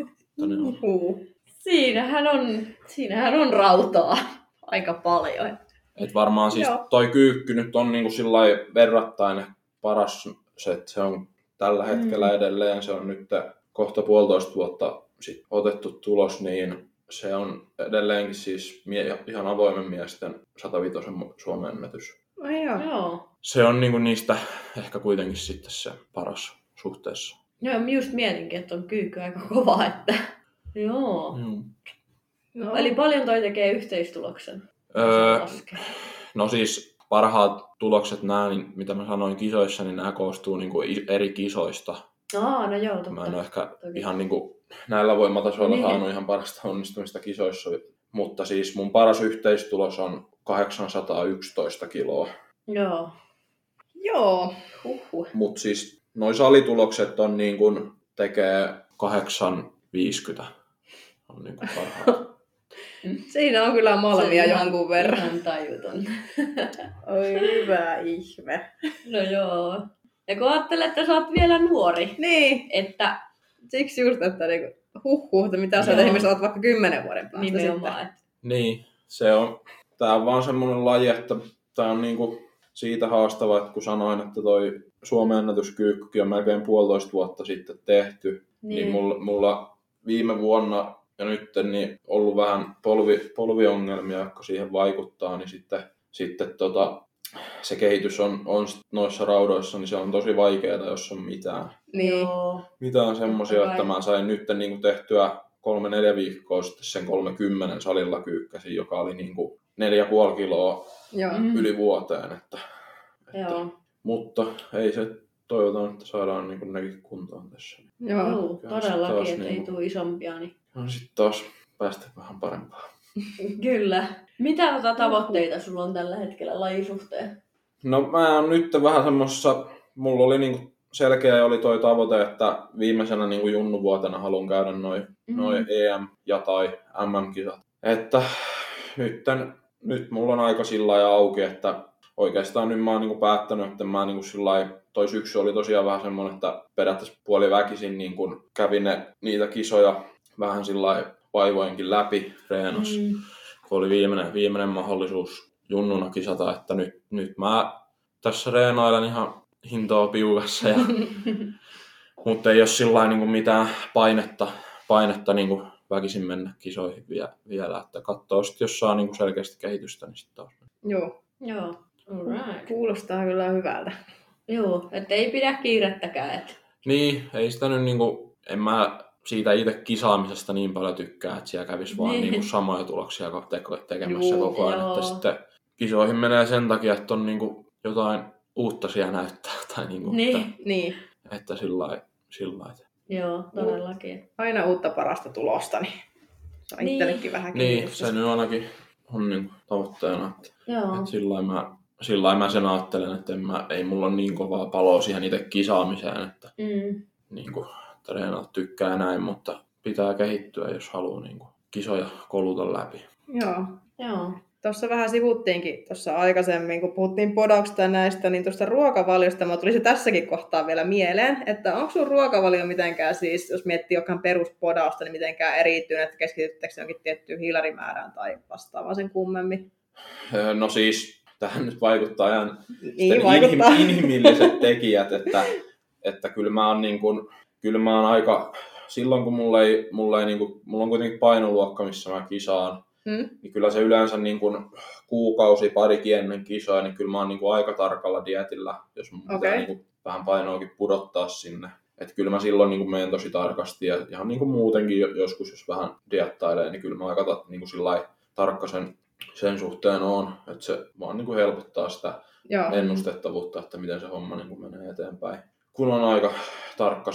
Uhu. Siinähän on, siinähän on rautaa aika paljon. Et varmaan siis Joo. toi kyykky nyt on niinku sillai verrattain paras, se, että se on tällä hetkellä Mm. edelleen, se on nyt kohta puolitoista vuotta sit otettu tulos, niin se on edelleenkin siis mie- ihan avoimen miesten sata viisi Suomen ennätys. Ai joo. Joo. Se on niinku niistä ehkä kuitenkin sitten se paras suhteessa. Joo, mä just mietinkin, että on kyykky aika kova, että... Joo. Mm. No. Eli paljon toi tekee yhteistuloksen? Öö, Laskee. no siis parhaat tulokset nämä, niin mitä mä sanoin kisoissa, niin nämä koostuu niinku i- eri kisoista. Aa, no joo, totta. Mä en ole ehkä Toki. ihan niinku näillä voimatasoilla Niin. saanut ihan parasta onnistumista kisoissa, mutta siis mun paras yhteistulos on kahdeksansataayksitoista kiloa. Joo. Joo. Huhhuh. Mut siis noi salitulokset on niin kuin tekee kahdeksan viisikymmentä. On niin kuin parhaat. Siinä on kyllä malmia Se on ihan- jonkun verran. Ihan tajuton. Oi hyvä ihme. No joo. Ja kun ajattelet, että sä oot vielä nuori, Niin, että siksi just, että niinku, huh että mitä sä Joo. esimerkiksi oot vaikka kymmenen vuoden päästä nimenomaan, että Niin, se on. Tää on vaan semmonen laji, että tää on niinku siitä haastava, että kun sanoin, että toi Suomen ennätyskyykkykin on melkein puolitoista vuotta sitten tehty, niin, niin mulla, mulla viime vuonna ja nyt niin ollut vähän polvi, polviongelmia, jotka siihen vaikuttaa, niin sitten, sitten tota, se kehitys on, on sit noissa raudoissa, niin se on tosi vaikeaa, jos on mitään. Niin. Joo. Mitään semmosia, Totta että kai. mä sain nyt niin tehtyä kolme neljä viikkoa sitten sen kolmekymmentä salilla kyykkäsin, joka oli niin neljä pilkku viisi kiloa Joo. Mm. yli vuoteen. Että, että, Joo. mutta ei se, toivotaan, että saadaan niin nekin kuntoon tässä. Joo. Joo, Kyllä todellakin, sit taas että ei niinku- tule isompia. Niin... No sitten taas päästä vähän parempaa. Kyllä. Mitä tota tavoitteita sulla on tällä hetkellä lajisuhteen? No mä oon nyt vähän semmossa, mulla oli niinku selkeä oli toi tavoite, että viimeisenä niinku junnuvuotena haluan käydä noin Mm. noi E M- ja tai M M-kisat. Että nytten, nyt mulla on aika sillä lailla auki, että oikeastaan nyt mä oon niinku päättänyt, että mä niinku sillä lailla, toi syksy oli tosiaan vähän semmonen, että periaatteessa puoliväkisin niinku kävin ne, niitä kisoja vähän sillä lailla vaivoinkin läpi reenas, Mm. kun oli viimeinen, viimeinen mahdollisuus junnuna kisata, että nyt, nyt mä tässä reenailen ihan hintoa piukassa, ja, mutta ei ole sillä lailla niinku mitään painetta, painetta niinku väkisin mennä kisoihin vie, vielä, että katsoo sitten, jos saa niinku selkeästi kehitystä, niin sitten taas. Joo. Joo. Alright. Kuulostaa kyllä hyvältä. Joo, että ei pidä kiirettäkään. Että... Niin, ei sitä nyt niinku, en mä siitä itse kisaamisesta niin paljon tykkää, että siellä kävisi vaan Niin. niinku samoja tuloksia te- tekemässä Juu, koko ajan, joo. että sitten kisoihin menee sen takia, että on niinku jotain uutta siellä näyttää, tai niinku, Niin. että, Niin. että sillä lailla, sillä lailla. Joo, todellakin. Aina uutta parasta tulosta, niin se on Niin. itsellekin vähän Niin, kiinnostusta. se nyt ainakin on niinku tavoitteena, että, Joo. että sillä lailla mä, sillä lailla mä sen ajattelen, että en mä, ei mulla ole niin kovaa paloa siihen itse kisaamiseen, että Mm. niinku, treenata tykkää näin, mutta pitää kehittyä, jos haluaa niinku, kisoja koluta läpi. Joo. Joo. Tuossa vähän sivuttiinkin tuossa aikaisemmin, kun puhuttiin podauksesta ja näistä, niin tuosta ruokavaliosta mä tuli se tässäkin kohtaa vielä mieleen, että onko sun ruokavalio mitenkään siis, jos miettii jokain peruspodausta, niin mitenkään erityinen, että keskityttekö se jonkin tiettyyn hiilarimäärään tai vastaavaan sen kummemmin? Öö, No siis, tähän nyt vaikuttaa ihan Niin, sitten vaikuttaa. inhim- inhimilliset tekijät, että, että kyllä mä oon, niin kuin, kyllä mä oon aika, silloin kun mulla, ei, mulla, ei, niin kuin, mulla on kuitenkin painoluokka, missä mä kisaan, Hmm? niin kyllä se yleensä niin kuin kuukausi parikin ennen kisoja, niin kyllä mä oon niin kuin aika tarkalla dietillä, jos mun pitää Okei. niin kuin vähän painoakin pudottaa sinne. Että kyllä mä silloin niin kuin menen tosi tarkasti ja ihan niin kuin muutenkin jo- joskus, jos vähän diettailee, niin kyllä mä aika ta- niin kuin sillai tarkka sen, sen suhteen on. Että se vaan niin kuin helpottaa sitä Joo. ennustettavuutta, että miten se homma niin kuin menee eteenpäin. Kun on aika tarkka sen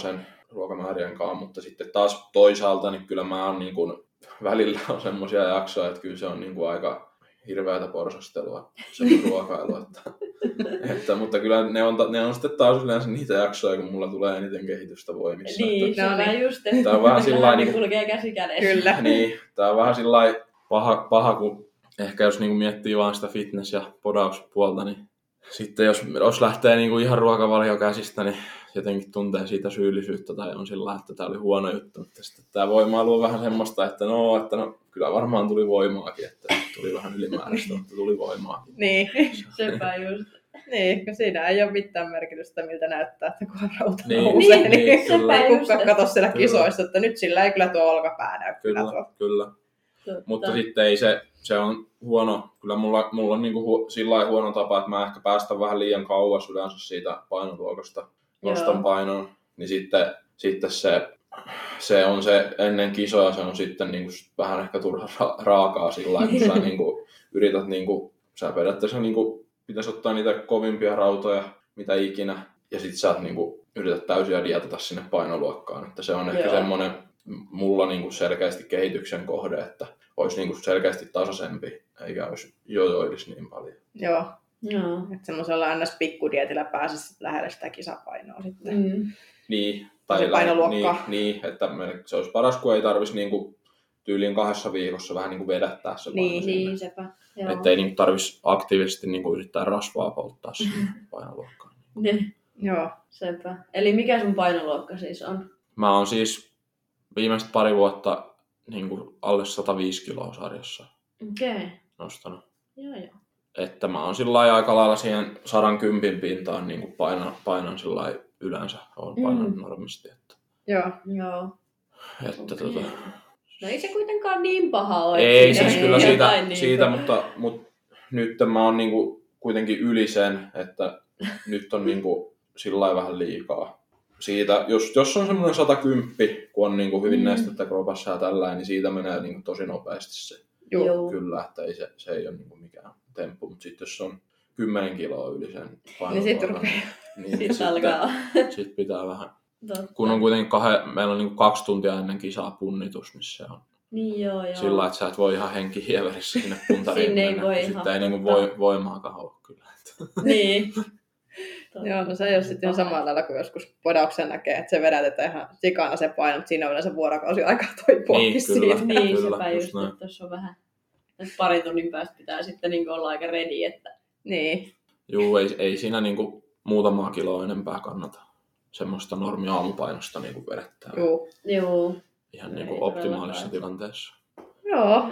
ruokamäärien kanssa, mutta sitten taas toisaalta niin kyllä mä oon niin kuin, välillä on semmoisia jaksoja, että kyllä se on niin kuin aika hirveätä porsastelua se ruokailu. Että, että, mutta kyllä ne on, ne on sitten taas yleensä niitä jaksoja, kun mulla tulee eniten kehitystä voimissa. Niin, että, se on niin. Just, että tää on vähän sillain, niin, kulkee käsi kädessä. Kyllä. Niin, tää on vähän sillain paha, paha kun ehkä jos niin kuin miettii vaan sitä fitness- ja podauspuolta, niin sitten jos, jos lähtee niin kuin ihan ruokavalio käsistä, niin jotenkin tuntee siitä syyllisyyttä tai on sillä, että tämä oli huono juttu. Mutta sitten tämä voimailu on vähän semmoista, että no, että no kyllä varmaan tuli voimaakin, että tuli vähän ylimääräistä, mutta tuli voimaakin. Niin. Sepä just. Niin, siinä ei ole mitään merkitystä, miltä näyttää, että kun rauta Niin, nousee, niin, niin, niin kyllä. ei kukaan katso siellä Kyllä. kisoissa, että nyt sillä ei kyllä tuo olkapää näy. Kyllä, tuo. kyllä. Totta. Mutta sitten ei se, se on huono, kyllä mulla, mulla on niinku hu, sillä lailla huono tapa, että mä ehkä päästän vähän liian kauas yleensä siitä painoluokasta, nostan Joo. painon, niin sitten, sitten se, se on se ennen kisoja, se on sitten niinku vähän ehkä turha ra- raakaa sillä lailla, kun sä niinku yrität, niinku, sä periaatteessa niinku, pitäisi ottaa niitä kovimpia rautoja, mitä ikinä, ja sit sä niinku, yrität täysin dietata sinne painoluokkaan, että se on ehkä Joo. semmoinen mulla niinku selkeästi kehityksen kohde, että olisi niinku selkeästi tasaisempi, eikä olisi jojoilisi niin paljon. Joo, Joo. että semmoisella ns. Pikkudietillä pääsisi lähelle sitä kisapainoa sitten. Mm. Niin, Tai se lä- painoluokkaa. Niin, niin, että me- se olisi paras, kun ei tarvitsisi niinku tyyliin kahdessa viikossa vähän niinku vedättää se paino Niin, sinne. Niin, sepä. Joo. Että ei niinku tarvitsisi aktiivisesti niinku yrittää rasvaa polttaa siihen painoluokkaan. Ne, Joo. sepä. Eli mikä sun painoluokka siis on? Mä oon siis viimeiset pari vuotta niinku alle sata viisi kiloa sarjassa Okei. Okay. nostanut. Joo, joo. Että mä oon sillä lailla aika lailla siihen sadan kympin pintaan niin painan, painan sillä lailla yleensä. Oon painanut Mm. normisti. Että, Joo. Joo. että Okei. tota, No ei se kuitenkaan niin paha ole. ei että siis siinä kyllä on siitä, jotain niinku- siitä mutta, mutta nyt mä oon niin kuin kuitenkin yli sen, että nyt on niin kuin sillä lailla vähän liikaa. Siitä, jos, jos on semmoinen sata kymmenen, kun on niin kuin hyvin Mm. nestettä kropassa ja tällainen, niin siitä menee niin kuin tosi nopeasti se. Joo. Joo. Kyllä, että ei se, se ei ole niin kuin mikään temppu. Mutta sitten jos on kymmenen kiloa yli sen Niin sit painoluokan, rupeaa. niin Sitten alkaa. sit pitää vähän. Totta. Kun on kuitenkin kahden, meillä on niin kuin kaksi tuntia ennen kisaa punnitus, niin se on Niin joo, joo. sillä lailla, että sä et voi ihan henkihieverissä sinne puntariin Sinne ei mennä, voi kun ihan sitten ei niin kuin ottaa. voi, voimaakaan ole kyllä. Niin. Totta. Joo, no se ei ole sitten ihan samalla lailla kuin joskus podauksen näkee, että se vedätetään ihan sikana se paino, mutta siinä on yleensä vuorokausi aikaa toipuakin Niin, kyllä. siitä. Niin, Kyllä, sepä just just, näin. että tuossa on vähän, että parin tunnin päästä pitää sitten niin olla aika ready, että Niin. Juu, ei, ei siinä niin kuin muutamaa kiloa enempää kannata semmoista normi aamupainosta niin kuin vedettää. Juu. joo. Ihan Ei niin kuin todellakaan. optimaalisessa tilanteessa. Joo.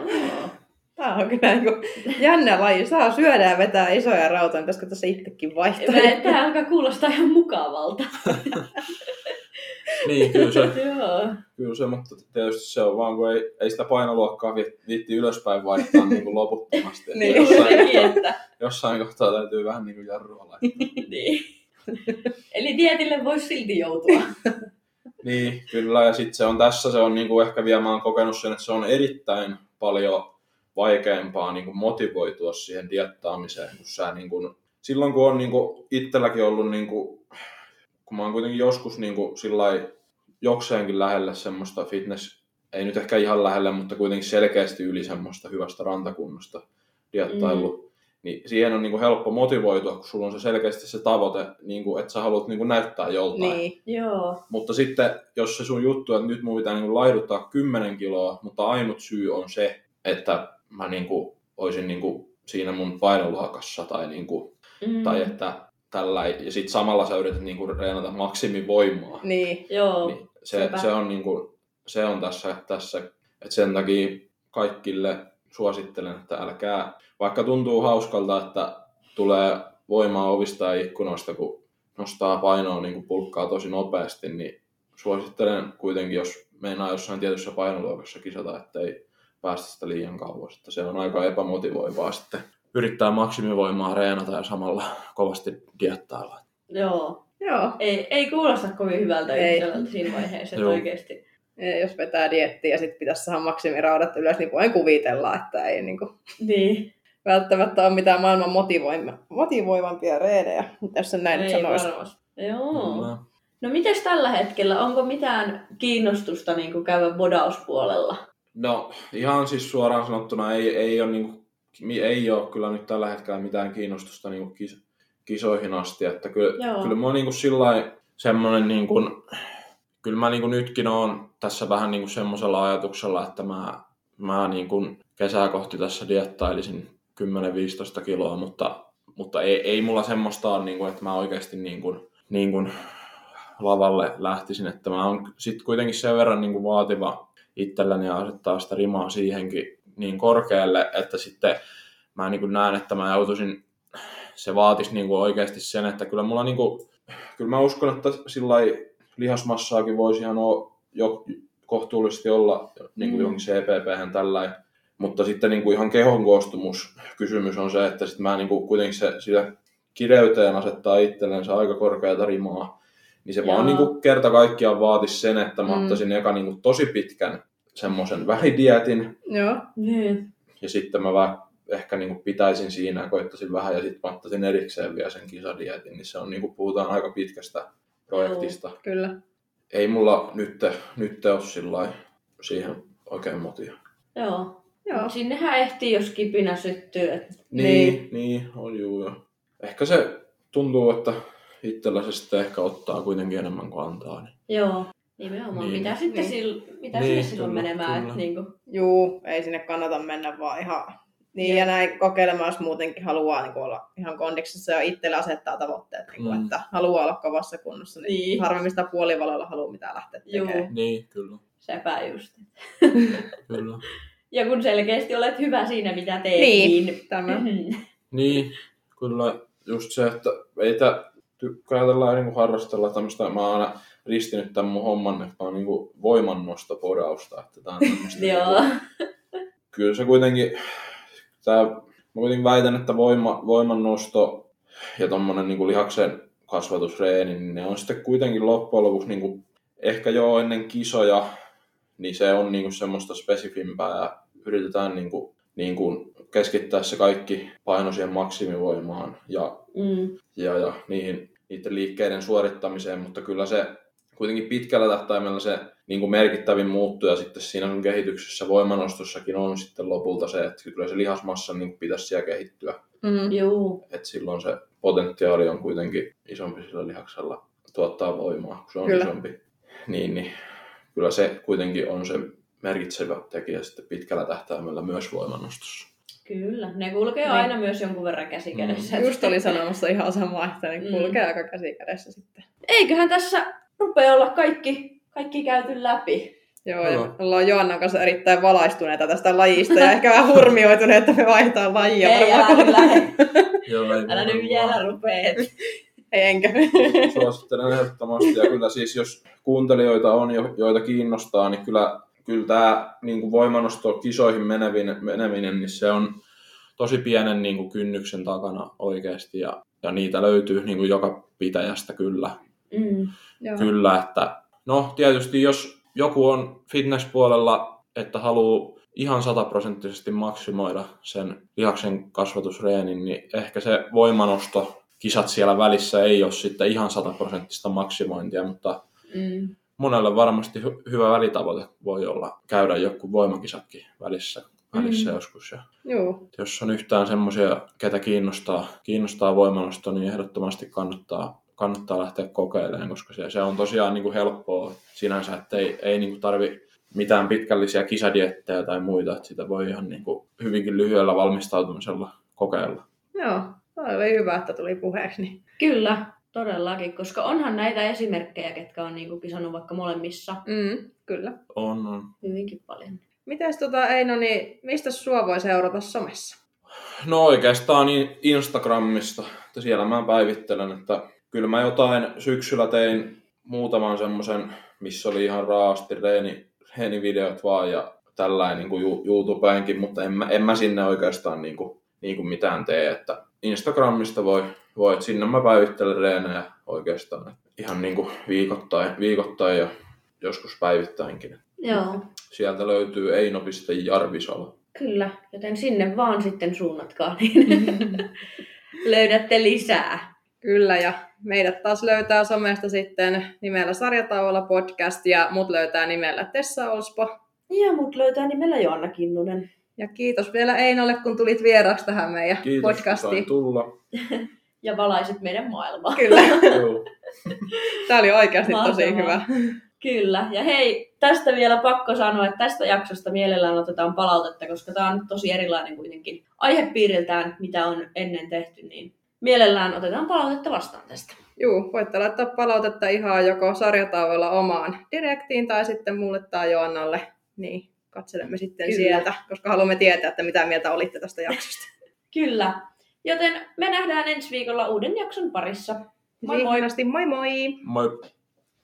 Tää on kyllä niin kuin jännä laji. Saa syödä ja vetää isoja rautoja, niin pitäisikö tässä itsekin vaihtaa? Tämä alkaa kuulostaa ihan mukavalta. Niin, kyllä se, Joo. kyllä se, mutta tietysti se on vaan, kun ei, ei sitä painoluokkaa vi- viitti ylöspäin vaihtaa niin kuin loputtomasti. Että Niin. Juuri jossain, sekin, kohtaa, että... jossain kohtaa täytyy vähän niin kuin jarrua laittaa. niin. Eli dietille voisi silti joutua. Niin, kyllä. Ja sitten se on tässä, se on niin kuin ehkä vielä, mä oon kokenut sen, että se on erittäin paljon vaikeampaa niin kuin motivoitua siihen diettaamiseen, kun sä niin kuin, silloin kun on niin kuin itselläkin ollut, niin kuin, kun mä oon kuitenkin joskus niin kuin sillai jokseenkin lähelle semmoista fitness, ei nyt ehkä ihan lähelle, mutta kuitenkin selkeästi yli semmoista hyvästä rantakunnosta diettailu, mm. niin siihen on niin kuin helppo motivoitua, kun sulla on se selkeästi se tavoite, niin kuin, että sä haluat niin kuin näyttää joltain. Niin. Joo. Mutta sitten, jos se sun juttu, että nyt mun pitää niin kuin laiduttaa kymmenen kiloa, mutta ainut syy on se, että mä niin kuin olisin niin kuin siinä mun painoluokassa tai, niin kuin, Mm. tai että tällä, ja sitten samalla sä yrität niin kuin reenata maksimivoimaa. Niin. Joo. Niin se, se, on niin kuin, se on tässä, tässä, että sen takia kaikille suosittelen, että älkää, vaikka tuntuu hauskalta, että tulee voimaa ovista ja ikkunoista, kun nostaa painoa niin kuin pulkkaa tosi nopeasti, niin suosittelen kuitenkin, jos meinaa jossain tietyssä painoluokassa kisata, ettei päästä sitä liian kauas. Että se on aika epämotivoivaa sitten yrittää maksimivoimaa reenata ja samalla kovasti diettailla. Joo. Joo. Ei, ei kuulosta kovin hyvältä Ei. yksilöltä siinä vaiheessa, että Joo. oikeasti. Ja jos vetää diettiä ja sitten pitäisi saada maksimiraudat ylös, niin voin kuvitella, että ei niin kuin Niin. välttämättä ole mitään maailman motivoim- motivoivampia reenejä, jos sen näin nyt Ei sanoisi. varmasti. Joo. Kyllä. No mites tällä hetkellä? Onko mitään kiinnostusta niin kuin käydä bodauspuolella? No ihan siis suoraan sanottuna ei, ei, ole, niin kuin, ei ole kyllä nyt tällä hetkellä mitään kiinnostusta niin kuin kis, kisoihin asti. Että kyllä, kyllä mä oon niin kuin sillain semmoinen, niin kuin, kyllä mä niin kuin nytkin oon tässä vähän niin kuin semmoisella ajatuksella, että mä, mä niin kuin kesää kohti tässä diettailisin kymmenen viisitoista kiloa, mutta, mutta ei, ei mulla semmoista ole, niin kuin, että mä oikeasti niin kuin, niin kuin lavalle lähtisin, että mä oon sitten kuitenkin sen verran niin kuin vaativa itselläni ja asettaa sitä rimaa siihenkin niin korkealle, että sitten mä niin kuin näen, että mä joutuisin, se vaatisi niin kuin oikeasti sen, että kyllä mulla niin kuin, kyllä mä uskon, että sillai lihasmassaakin voisi ihan jo kohtuullisesti olla niin kuin mm. johonkin C P P:hän tällainen, mutta sitten niin kuin ihan kehon koostumus kysymys on se, että sitten mä niin kuin kuitenkin se, sitä kireyteen asettaa itsellensä aika korkeata rimaa, niin se Jaa. vaan niin kuin kerta kaikkiaan vaatisi sen, että mä mm. ottaisin eka niin kuin tosi pitkän semmoisen välidietin. Joo. Mm. Ja sitten mä vähän ehkä niin kuin pitäisin siinä ja koittaisin vähän ja sitten mä ottaisin erikseen vielä sen kisadietin. Niin se on niin kuin puhutaan aika pitkästä projektista. Joo, kyllä. Ei mulla nyt, nyt ole sillai siihen oikein motia. Joo. Joo. Sinnehän ehtii, jos kipinä syttyy. Että... Niin, niin, niin, on juu jo. Ehkä se tuntuu, että itsellä se sitten ehkä ottaa kuitenkin enemmän kuin antaa. Niin. Joo, nimenomaan. Niin. Mitä sitten niin. sil... Mitä niin, sinne silloin kyllä, menemään? kyllä. Niin kuin... Juu, ei sinne kannata mennä vaan ihan... Niin, ja näin kokeilemaan, jos muutenkin haluaa niin olla ihan kondiksessa ja itselle asettaa tavoitteet, niin kuin, mm. että haluaa olla kovassa kunnossa, niin, niin. harvemmin sitä puolivaloilla haluaa mitään lähteä tekemään. Juu. Niin, kyllä. Sepä just. Kyllä. Ja kun selkeästi olet hyvä siinä, mitä teet, niin... niin... Tämä. Niin, kyllä just se, että ei tä tykkää tällä niin harrastella tämmöistä, mä oon aina ristinyt tämän mun homman, että mä oon niin voimannostopodausta, että tää on tämmöistä. Joo. Niin kyllä se kuitenkin, tää, mä kuitenkin väitän, että voima, voimannosto ja tommonen niin lihaksen kasvatusreeni, niin ne on sitten kuitenkin loppujen lopuksi niin kuin, ehkä jo ennen kisoja, niin se on niin kuin semmoista spesifimpää ja yritetään niin kuin, niin kuin keskittää se kaikki paino siihen maksimivoimaan ja, mm. ja, ja niihin, niiden liikkeiden suorittamiseen, mutta kyllä se kuitenkin pitkällä tähtäimellä se niin kuin merkittävin muuttuja sitten siinä sun kehityksessä voimanostossakin on sitten lopulta se, että kyllä se lihasmassa niin kuin pitäisi siellä kehittyä. Mm. Joo. Et silloin se potentiaali on kuitenkin isompi sillä lihaksella tuottaa voimaa, kun se on kyllä. isompi. Niin, niin kyllä se kuitenkin on se merkitsevä tekijä sitten pitkällä tähtäimellä myös voimannostossa. Kyllä, ne kulkee niin. aina myös jonkun verran käsikädessä. Mm. Just oli sanomassa ihan samaa, että ne kulkee mm. aika käsikädessä sitten. Eiköhän tässä rupea olla kaikki, kaikki käyty läpi. Joo, ja me ollaan Joannan kanssa erittäin valaistuneita tästä lajista ja ehkä vähän hurmioituneet, että me vaihdetaan lajia. Ei, älä nyt lähde. Joo, ei älä nyt vielä rupeet. Ei enkä. Suosittelen ehdottomasti. Ja kyllä siis, jos kuuntelijoita on, joita kiinnostaa, niin kyllä, kyllä tämä niin voimannosto kisoihin menevinen, meneminen, niin se on tosi pienen niin kuin kynnyksen takana oikeasti. Ja, ja niitä löytyy niin kuin joka pitäjästä kyllä. Mm, kyllä, että no tietysti jos joku on fitnesspuolella, että haluaa ihan sataprosenttisesti maksimoida sen lihaksen kasvatusreenin, niin ehkä se voimanosto kisat siellä välissä ei ole sitten ihan sataprosenttista maksimointia, mutta mm. monelle varmasti hy- hyvä välitavoite voi olla käydä joku voimakisatkin välissä, välissä mm. joskus. Ja Joo. jos on yhtään semmoisia, ketä kiinnostaa, kiinnostaa voimanosto, niin ehdottomasti kannattaa, kannattaa lähteä kokeilemaan, koska se, se on tosiaan niin kuin helppoa sinänsä, että ei, ei niin kuin tarvi mitään pitkällisiä kisadiettejä tai muita, että sitä voi ihan niin kuin hyvinkin lyhyellä valmistautumisella kokeilla. Joo. Tämä oli hyvä, että tuli puheeksi. Niin. Kyllä, todellakin, koska onhan näitä esimerkkejä, ketkä on niinku kisannut vaikka molemmissa. Mm, kyllä. On, on. Hyvinkin paljon. Mites tota, Eino, niin mistä sua voi seurata somessa? No oikeastaan Instagramista, että siellä mä päivittelen, että kyllä mä jotain syksyllä tein muutaman semmoisen, missä oli ihan raasti reeni, reenivideot vaan ja tällainen niin kuin YouTubeenkin, mutta en mä, en mä sinne oikeastaan niin kuin, niin kuin mitään tee, että Instagramista voi, voi sinne mä päivittelen reenejä oikeastaan ihan niin kuin viikoittain, viikoittain ja joskus päivittäinkin. Joo. Sieltä löytyy eino piste jarvisalo. Kyllä, joten sinne vaan sitten suunnatkaa, niin löydätte lisää. Kyllä, ja meidät taas löytää somesta sitten nimellä Sarjatauolla podcast, ja mut löytää nimellä Tessa Olspo. Ja mut löytää nimellä Joanna Kinnunen. Ja kiitos vielä Einolle, kun tulit vieraksi tähän meidän Kiitos, podcastiin. Kiitos, tulla. Ja valaisit meidän maailmaa. Kyllä. Joo. Tämä oli oikeasti Mahtavaa. tosi hyvä. Kyllä. Ja hei, tästä vielä pakko sanoa, että tästä jaksosta mielellään otetaan palautetta, koska tämä on nyt tosi erilainen kuitenkin aihepiiriltään, mitä on ennen tehty, niin mielellään otetaan palautetta vastaan tästä. Juu, voitte laittaa palautetta ihan joko Sarjatauolla omaan direktiin tai sitten mulle tai Joannalle. Niin, katselemme sitten Kyllä. sieltä, koska haluamme tietää, että mitä mieltä olitte tästä jaksosta. Kyllä. Joten me nähdään ensi viikolla uuden jakson parissa. Moi moi! Ihanasti, moi moi! Moi.